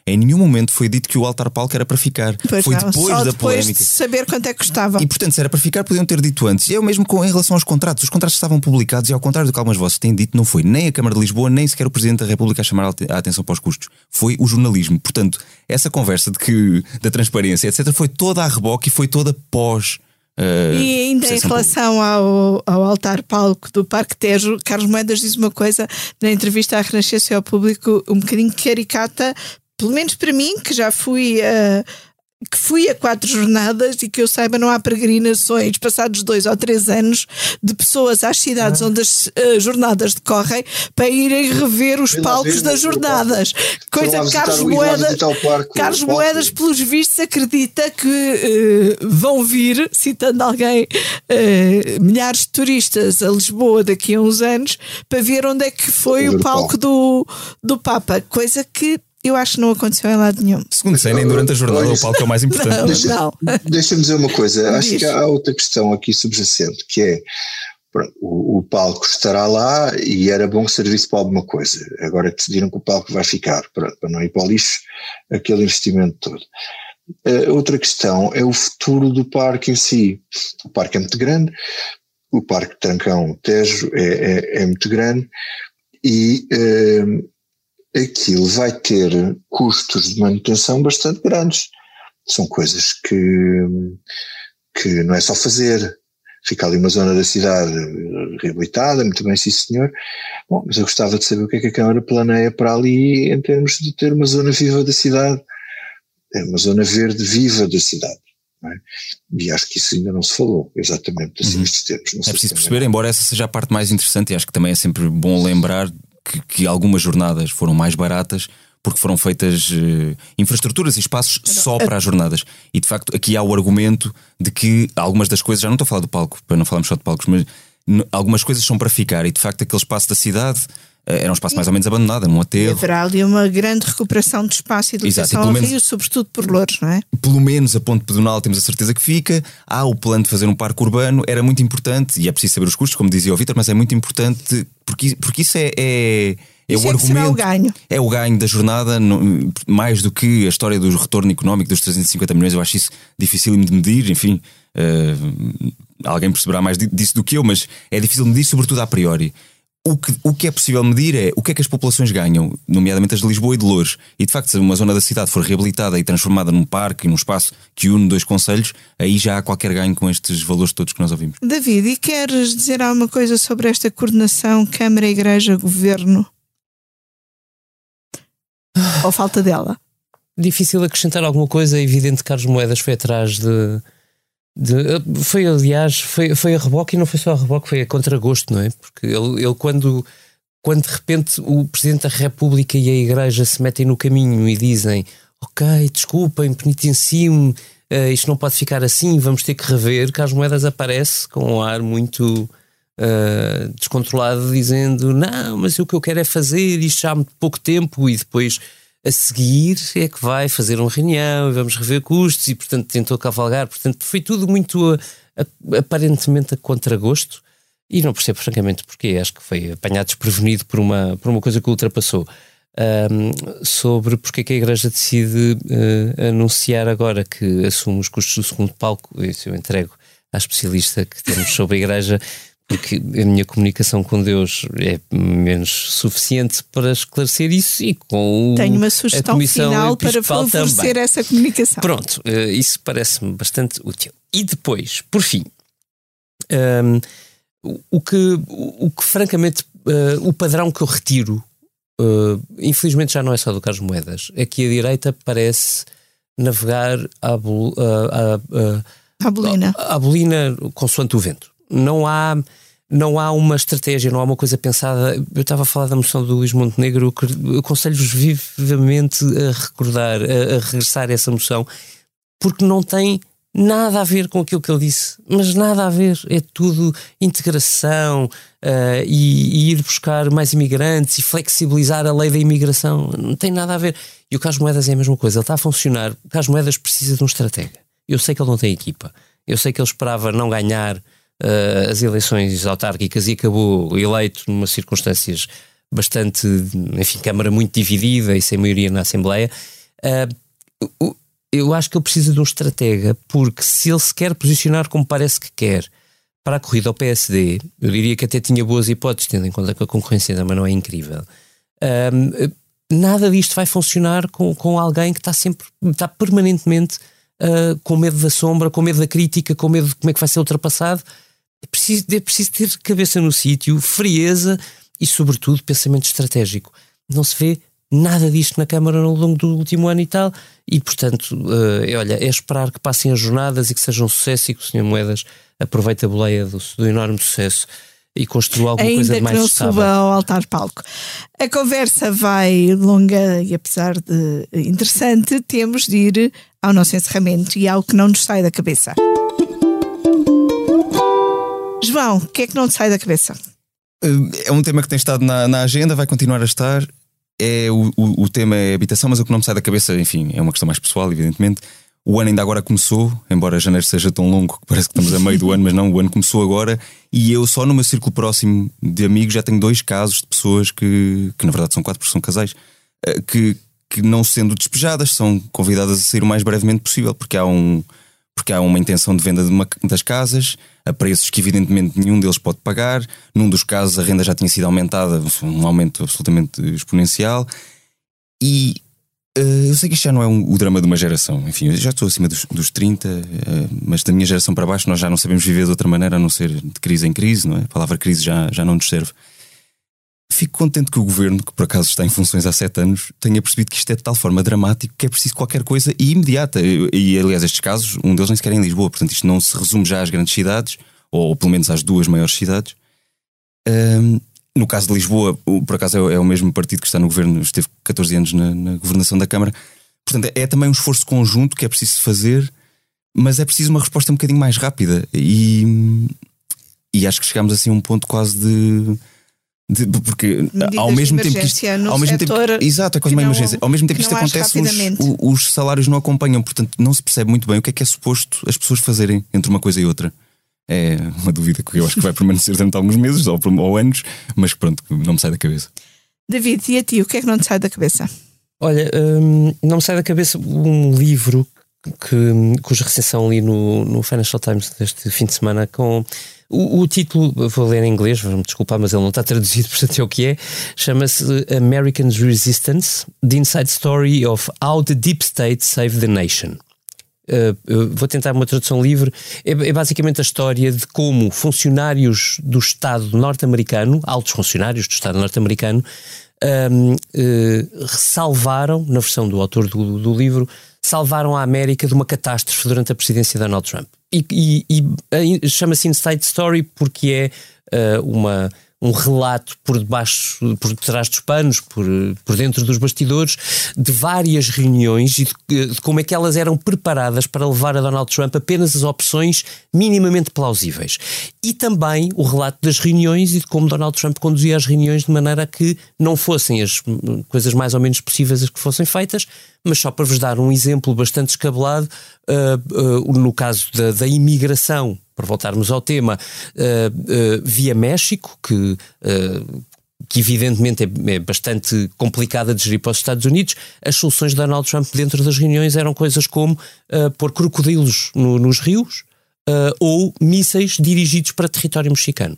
Speaker 4: Em nenhum momento foi dito que o altar-palco era para ficar.
Speaker 2: Pois
Speaker 4: foi
Speaker 2: não,
Speaker 4: depois
Speaker 2: só
Speaker 4: da
Speaker 2: depois
Speaker 4: polémica.
Speaker 2: De saber quanto é que custava.
Speaker 4: E portanto, se era para ficar, podiam ter dito antes. E é o mesmo com, em relação aos contratos. Os contratos estavam publicados e, ao contrário do que algumas vozes têm dito, não foi nem a Câmara de Lisboa, nem sequer o Presidente da República a chamar a atenção para os custos. Foi o jornalismo. Portanto, essa conversa de que, da transparência, etcétera, foi toda a reboque e foi toda pós. Uh,
Speaker 2: e ainda em relação ao, ao altar-palco do Parque Tejo, Carlos Moedas diz uma coisa na entrevista à Renascença e ao público um bocadinho caricata, pelo menos para mim, que já fui uh, que fui a quatro jornadas e que eu saiba não há peregrinações passados dois ou três anos de pessoas às cidades ah. onde as uh, jornadas decorrem para irem rever os palcos ver, das jornadas. Coisa que Carlos Moedas, parque, Carlos Moedas, pelos vistos, acredita que uh, vão vir, citando alguém, uh, milhares de turistas a Lisboa daqui a uns anos para ver onde é que foi o palco do, do Papa. Coisa que eu acho que não aconteceu em lado nenhum.
Speaker 4: Segundo sei, nem durante a jornada o palco é o mais importante.
Speaker 2: Não,
Speaker 5: deixa,
Speaker 2: não.
Speaker 5: Deixa-me dizer uma coisa. Acho que há outra questão aqui subjacente, que é pronto, o, o palco estará lá e era bom que servisse para alguma coisa. Agora decidiram que o palco vai ficar, pronto, para não ir para o lixo aquele investimento todo. Uh, outra questão é o futuro do parque em si. O parque é muito grande, o Parque Trancão Tejo é, é, é muito grande e uh, aquilo vai ter custos de manutenção bastante grandes. São coisas que, que não é só fazer. Fica ali uma zona da cidade reabilitada, muito bem, sim senhor. Bom, mas eu gostava de saber o que é que a Câmara planeia para ali em termos de ter uma zona viva da cidade. É uma zona verde viva da cidade. Não é? E acho que isso ainda não se falou, exatamente assim, nestes
Speaker 4: uhum.
Speaker 5: termos. Não
Speaker 4: é preciso perceber, embora essa seja a parte mais interessante, e acho que também é sempre bom lembrar Que, que algumas jornadas foram mais baratas porque foram feitas uh, infraestruturas e espaços só para as jornadas. E de facto aqui há o argumento de que algumas das coisas, já não estou a falar do palco, para não falarmos só de palcos, mas n- algumas coisas são para ficar, e de facto aquele espaço da cidade uh, era um espaço mais ou menos abandonado, um aterro.
Speaker 2: Haverá ali uma grande recuperação de espaço e de utilização ao rio, sobretudo por Louros, não é?
Speaker 4: Pelo menos a ponte pedonal temos a certeza que fica. Há o plano de fazer um parque urbano, era muito importante, e é preciso saber os custos, como dizia o Vítor, mas é muito importante porque, porque isso é, é, é
Speaker 2: isso
Speaker 4: o
Speaker 2: é
Speaker 4: argumento.
Speaker 2: O ganho.
Speaker 4: É o ganho da jornada, no, mais do que a história do retorno económico dos trezentos e cinquenta milhões. Eu acho isso dificílimo de medir, enfim. Uh, alguém perceberá mais disso do que eu, mas é difícil de medir, sobretudo a priori. O que, o que é possível medir é o que é que as populações ganham, nomeadamente as de Lisboa e de Louros. E de facto, se uma zona da cidade for reabilitada e transformada num parque e num espaço que une dois concelhos, aí já há qualquer ganho com estes valores todos que nós ouvimos.
Speaker 2: David, e queres dizer alguma coisa sobre esta coordenação Câmara, Igreja, Governo? Ou falta dela?
Speaker 7: Difícil acrescentar alguma coisa. É evidente que Carlos Moedas foi atrás de... De, foi aliás foi, foi a reboque, e não foi só a reboque, foi a contragosto, não é? Porque ele, ele quando, quando de repente o Presidente da República e a Igreja se metem no caminho e dizem ok, desculpem, penitenciem-me, uh, isto não pode ficar assim, vamos ter que rever, Carlos Moedas aparece com um ar muito uh, descontrolado, dizendo não, mas o que eu quero é fazer isto já há muito pouco tempo, e depois a seguir é que vai fazer uma reunião e vamos rever custos, e portanto tentou cavalgar. Portanto foi tudo muito a, a, aparentemente a contragosto, e não percebo francamente porquê. Acho que foi apanhado desprevenido por uma, por uma coisa que o ultrapassou. Um, sobre porque é que a Igreja decide uh, anunciar agora que assume os custos do segundo palco. Isso eu entrego à especialista que temos sobre a Igreja, porque a minha comunicação com Deus é menos suficiente para esclarecer isso, e com
Speaker 2: tenho uma sugestão final para favorecer
Speaker 7: também.
Speaker 2: Essa comunicação.
Speaker 7: Pronto, isso parece-me bastante útil. E depois, por fim, um, o, que, o, o que francamente, uh, o padrão que eu retiro, uh, infelizmente já não é só do Carlos Moedas, é que a direita parece navegar à, bol, uh, à, uh,
Speaker 2: à bolina.
Speaker 7: À, à bolina consoante o vento. Não há, não há uma estratégia, não há uma coisa pensada. Eu estava a falar da moção do Luís Montenegro, eu aconselho-vos vivamente a recordar, a, a regressar a essa moção, porque não tem nada a ver com aquilo que ele disse, mas nada a ver. É tudo integração uh, e, e ir buscar mais imigrantes e flexibilizar a lei da imigração. Não tem nada a ver. E o Carlos Moedas é a mesma coisa, ele está a funcionar. O Carlos Moedas precisa de um estratega. Eu sei que ele não tem equipa, eu sei que ele esperava não ganhar Uh, as eleições autárquicas e acabou eleito numa circunstâncias bastante, enfim, Câmara muito dividida e sem maioria na Assembleia, Uh, eu acho que ele precisa de um estratega, porque se ele se quer posicionar como parece que quer para a corrida ao P S D, eu diria que até tinha boas hipóteses, tendo em conta que a concorrência também não é incrível. Uh, nada disto vai funcionar com, com alguém que está sempre, está permanentemente uh, com medo da sombra, com medo da crítica, com medo de como é que vai ser ultrapassado. É preciso, é preciso ter cabeça no sítio, frieza e, sobretudo, pensamento estratégico. Não se vê nada disto na Câmara ao longo do último ano e tal, e, portanto, uh, olha, é esperar que passem as jornadas e que sejam um sucesso e que o senhor Moedas aproveite a boleia do, do enorme sucesso e construa alguma
Speaker 2: ainda
Speaker 7: coisa de mais
Speaker 2: estável.
Speaker 7: estável.
Speaker 2: Ainda que não suba ao altar-palco. A conversa vai longa e, apesar de interessante, temos de ir ao nosso encerramento e ao que não nos sai da cabeça. João, o que é que não te sai da cabeça?
Speaker 4: É um tema que tem estado na, na agenda, vai continuar a estar. É, o, o, o tema é habitação, mas o que não me sai da cabeça, enfim, é uma questão mais pessoal, evidentemente. O ano ainda agora começou, embora janeiro seja tão longo que parece que estamos a meio do ano, mas não, o ano começou agora e eu só no meu círculo próximo de amigos já tenho dois casos de pessoas que, que na verdade são quatro, porque são casais, que, que não sendo despejadas são convidadas a sair o mais brevemente possível, porque há, um, porque há uma intenção de venda de uma, das casas a preços que evidentemente nenhum deles pode pagar. Num dos casos a renda já tinha sido aumentada, um aumento absolutamente exponencial. E uh, eu sei que isto já não é um, o drama de uma geração. Enfim, eu já estou acima dos, dos trinta, uh, mas da minha geração para baixo nós já não sabemos viver de outra maneira a não ser de crise em crise, não é? A palavra crise já, já não nos serve. Fico contente que o governo, que por acaso está em funções há sete anos, tenha percebido que isto é de tal forma dramático que é preciso qualquer coisa e imediata. E, e aliás, estes casos, um deles nem sequer é em Lisboa, portanto isto não se resume já às grandes cidades, ou, ou pelo menos às duas maiores cidades. Um, no caso de Lisboa, por acaso é, é o mesmo partido que está no governo, esteve catorze anos na, na governação da Câmara. Portanto, é, é também um esforço conjunto que é preciso fazer, mas é preciso uma resposta um bocadinho mais rápida. E, e acho que chegamos assim a um ponto quase de... De, porque
Speaker 2: medidas
Speaker 4: ao mesmo tempo que isto, ao mesmo tempo, exato, é quase uma emergência. Ao mesmo tempo que isto acontece, os, os salários não acompanham, portanto não se percebe muito bem o que é que é suposto as pessoas fazerem entre uma coisa e outra. É uma dúvida que eu acho que vai permanecer durante alguns meses ou, ou anos, mas pronto, não me sai da cabeça.
Speaker 2: David, e a ti, o que é que não te sai da cabeça?
Speaker 7: Olha, hum, não me sai da cabeça um livro que, cuja recensão li no, no Financial Times deste fim de semana com... O, o título, vou ler em inglês, vou-me desculpar, mas ele não está traduzido, portanto é o que é. Chama-se American Resistance, The Inside Story of How the Deep State Saved the Nation. Uh, vou tentar uma tradução livre. É, é basicamente a história de como funcionários do Estado norte-americano, altos funcionários do Estado norte-americano, um, uh, salvaram, na versão do autor do, do livro, salvaram a América de uma catástrofe durante a presidência de Donald Trump. E, e, e chama-se Inside Story porque é uh, uma, um relato por debaixo, por detrás dos panos, por, por dentro dos bastidores, de várias reuniões e de, de como é que elas eram preparadas para levar a Donald Trump apenas as opções minimamente plausíveis. E também o relato das reuniões e de como Donald Trump conduzia as reuniões de maneira a que não fossem as coisas mais ou menos possíveis as que fossem feitas, mas só para vos dar um exemplo bastante escabelado, uh, uh, no caso da, da imigração, para voltarmos ao tema, uh, uh, via México, que, uh, que evidentemente é, é bastante complicada de gerir para os Estados Unidos, as soluções de Donald Trump dentro das reuniões eram coisas como uh, pôr crocodilos no, nos rios uh, ou mísseis dirigidos para território mexicano.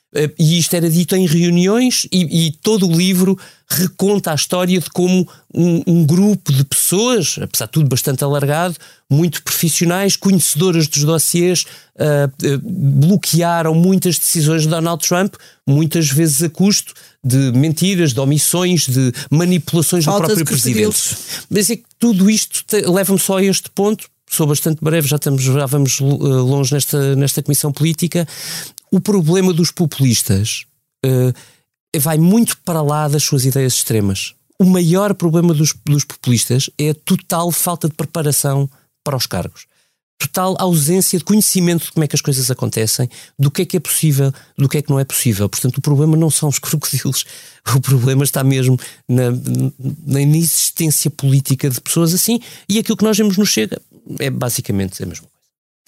Speaker 7: E isto era dito em reuniões e, e todo o livro reconta a história de como um, um grupo de pessoas, apesar de tudo bastante alargado, muito profissionais, conhecedoras dos dossiês, uh, uh, bloquearam muitas decisões de Donald Trump, muitas vezes a custo de mentiras, de omissões, de manipulações do próprio presidente. Mas é que tudo isto te, leva-me só a este ponto. Sou bastante breve, já, estamos, já vamos uh, longe nesta, nesta comissão política. O problema dos populistas uh, vai muito para lá das suas ideias extremas. O maior problema dos, dos populistas é a total falta de preparação para os cargos. Total ausência de conhecimento de como é que as coisas acontecem, do que é que é possível, do que é que não é possível. Portanto, o problema não são os crocodilos. O problema está mesmo na, na inexistência política de pessoas assim, e aquilo que nós vemos no Chega é basicamente a mesma coisa.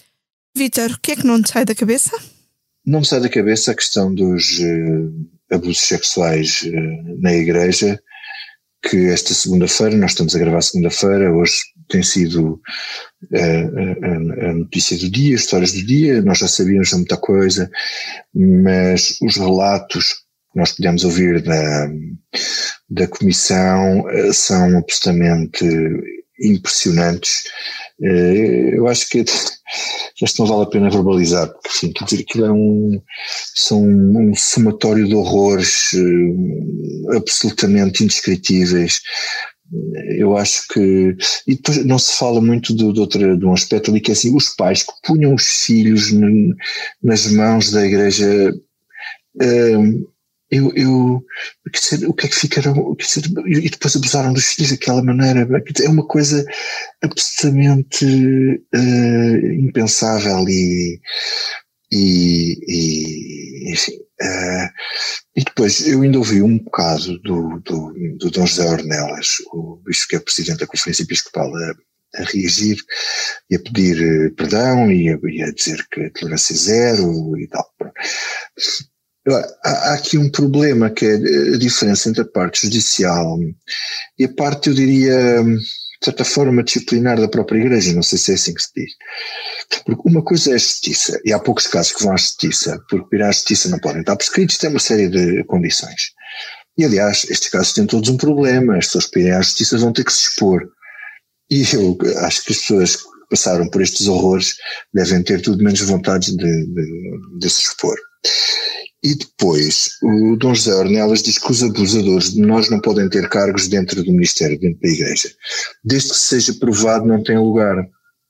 Speaker 2: Vítor, o que é que não te sai da cabeça?
Speaker 5: Não me sai da cabeça a questão dos uh, abusos sexuais uh, na igreja, que esta segunda-feira, nós estamos a gravar segunda-feira, hoje tem sido a, a, a notícia do dia, as histórias do dia, nós já sabíamos muita coisa, mas os relatos que nós podemos ouvir da, da Comissão são absolutamente impressionantes. Eu acho que isto não vale a pena verbalizar, porque enfim, quer dizer, aquilo é um, são um somatório de horrores absolutamente indescritíveis. Eu acho que, e depois não se fala muito de, de, outra, de um aspecto ali que é assim, os pais que punham os filhos n, nas mãos da igreja, uh, eu, eu quer dizer, o que é que ficaram, quer dizer, e depois abusaram dos filhos daquela maneira, é uma coisa absolutamente uh, impensável e, e, e enfim, uh, e depois eu ainda ouvi um bocado do, do, do Dom José Ornelas, o bispo que é presidente da Conferência Episcopal, a, a reagir e a pedir perdão e a, e a dizer que a tolerância é zero e tal. Há aqui um problema que é a diferença entre a parte judicial e a parte, eu diria, de certa forma disciplinar da própria Igreja, não sei se é assim que se diz. Porque uma coisa é a justiça, e há poucos casos que vão à justiça, porque ir à justiça não podem estar prescritos, tem uma série de condições. E aliás, estes casos têm todos um problema, as pessoas que irem à justiça vão ter que se expor. E eu acho que as pessoas que passaram por estes horrores devem ter tudo menos vontade de, de, de se expor. E depois, o Dom José Ornelas diz que os abusadores de nós não podem ter cargos dentro do Ministério, dentro da Igreja. Desde que seja provado, não tem lugar.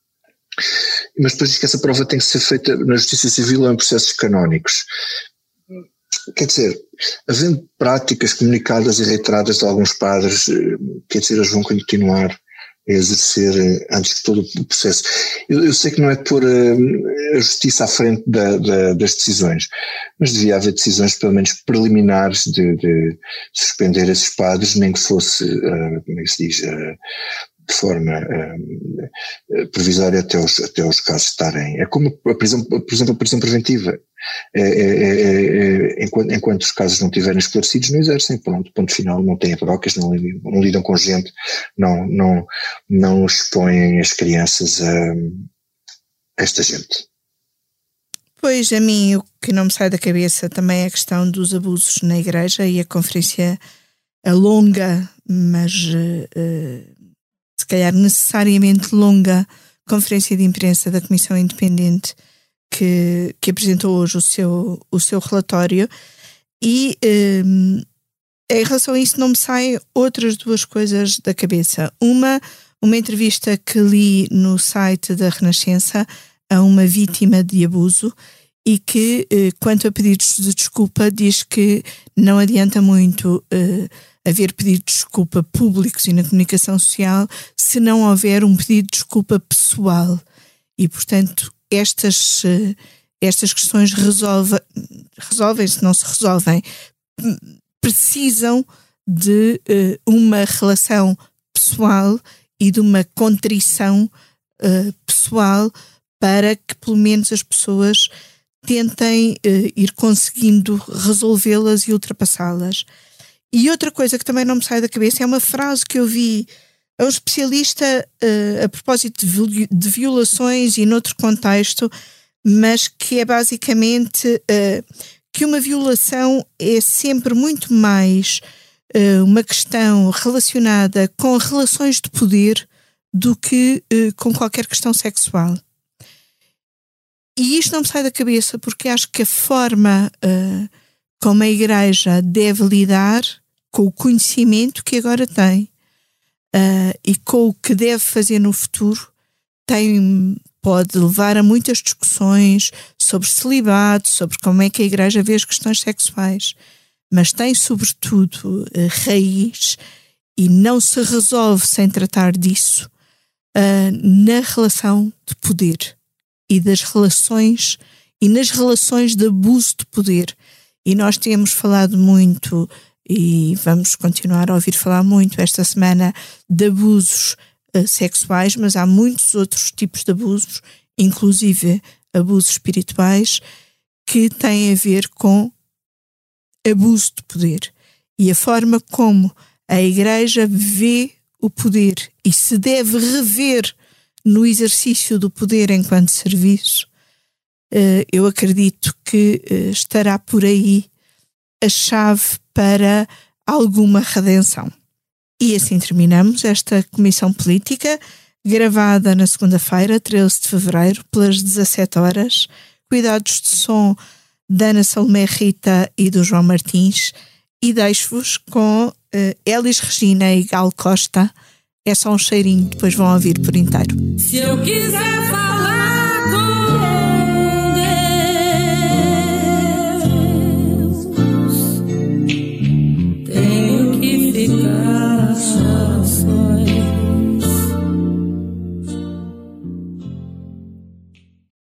Speaker 5: Mas depois diz que essa prova tem que ser feita na Justiça Civil ou em processos canónicos. Quer dizer, havendo práticas comunicadas e reiteradas de alguns padres, quer dizer, eles vão continuar a exercer antes de todo o processo. Eu, eu sei que não é de pôr a, a justiça à frente da, da, das decisões, mas devia haver decisões pelo menos preliminares de, de suspender esses padres, nem que fosse, uh, como é que se diz, uh, de forma uh, provisória até os, até os casos estarem. É como a prisão, por exemplo, a prisão preventiva. É, é, é, é, enquanto, enquanto os casos não estiverem esclarecidos, não exercem, pronto, ponto final, não têm trocas, não, não lidam com gente, não, não, não expõem as crianças a, a esta gente.
Speaker 2: Pois, a mim o que não me sai da cabeça também é a questão dos abusos na Igreja, e a conferência é longa, mas uh, se calhar necessariamente longa, conferência de imprensa da Comissão Independente que, que apresentou hoje o seu, o seu relatório, e um, em relação a isso não me saem outras duas coisas da cabeça. Uma, uma entrevista que li no site da Renascença a uma vítima de abuso, e que, quanto a pedidos de desculpa, diz que não adianta muito uh, haver pedidos de desculpa públicos e na comunicação social se não houver um pedido de desculpa pessoal. E, portanto, estas, uh, estas questões resolve, resolvem-se, não se resolvem, precisam de uh, uma relação pessoal e de uma contrição uh, pessoal para que, pelo menos, as pessoas tentem uh, ir conseguindo resolvê-las e ultrapassá-las. E outra coisa que também não me sai da cabeça é uma frase que eu vi a um especialista uh, a propósito de, viol- de violações e noutro contexto, mas que é basicamente uh, que uma violação é sempre muito mais uh, uma questão relacionada com relações de poder do que uh, com qualquer questão sexual. E isto não me sai da cabeça, porque acho que a forma uh, como a Igreja deve lidar com o conhecimento que agora tem uh, e com o que deve fazer no futuro tem, pode levar a muitas discussões sobre celibato, sobre como é que a Igreja vê as questões sexuais, mas tem sobretudo uh, raiz, e não se resolve sem tratar disso, uh, na relação de poder e das relações e nas relações de abuso de poder. E nós temos falado muito, e vamos continuar a ouvir falar muito esta semana, de abusos uh, sexuais, mas há muitos outros tipos de abusos, inclusive abusos espirituais, que têm a ver com abuso de poder. E a forma como A Igreja vê o poder e se deve rever no exercício do poder enquanto serviço. Eu acredito que estará por aí a chave para alguma redenção. E assim terminamos esta comissão política, gravada na segunda-feira, treze de fevereiro, pelas dezassete horas. Cuidados de som da Ana Salomé Rita e do João Martins. E deixo-vos com uh, Elis Regina e Gal Costa. É só um cheirinho, depois vão ouvir por inteiro.
Speaker 11: Se eu quiser falar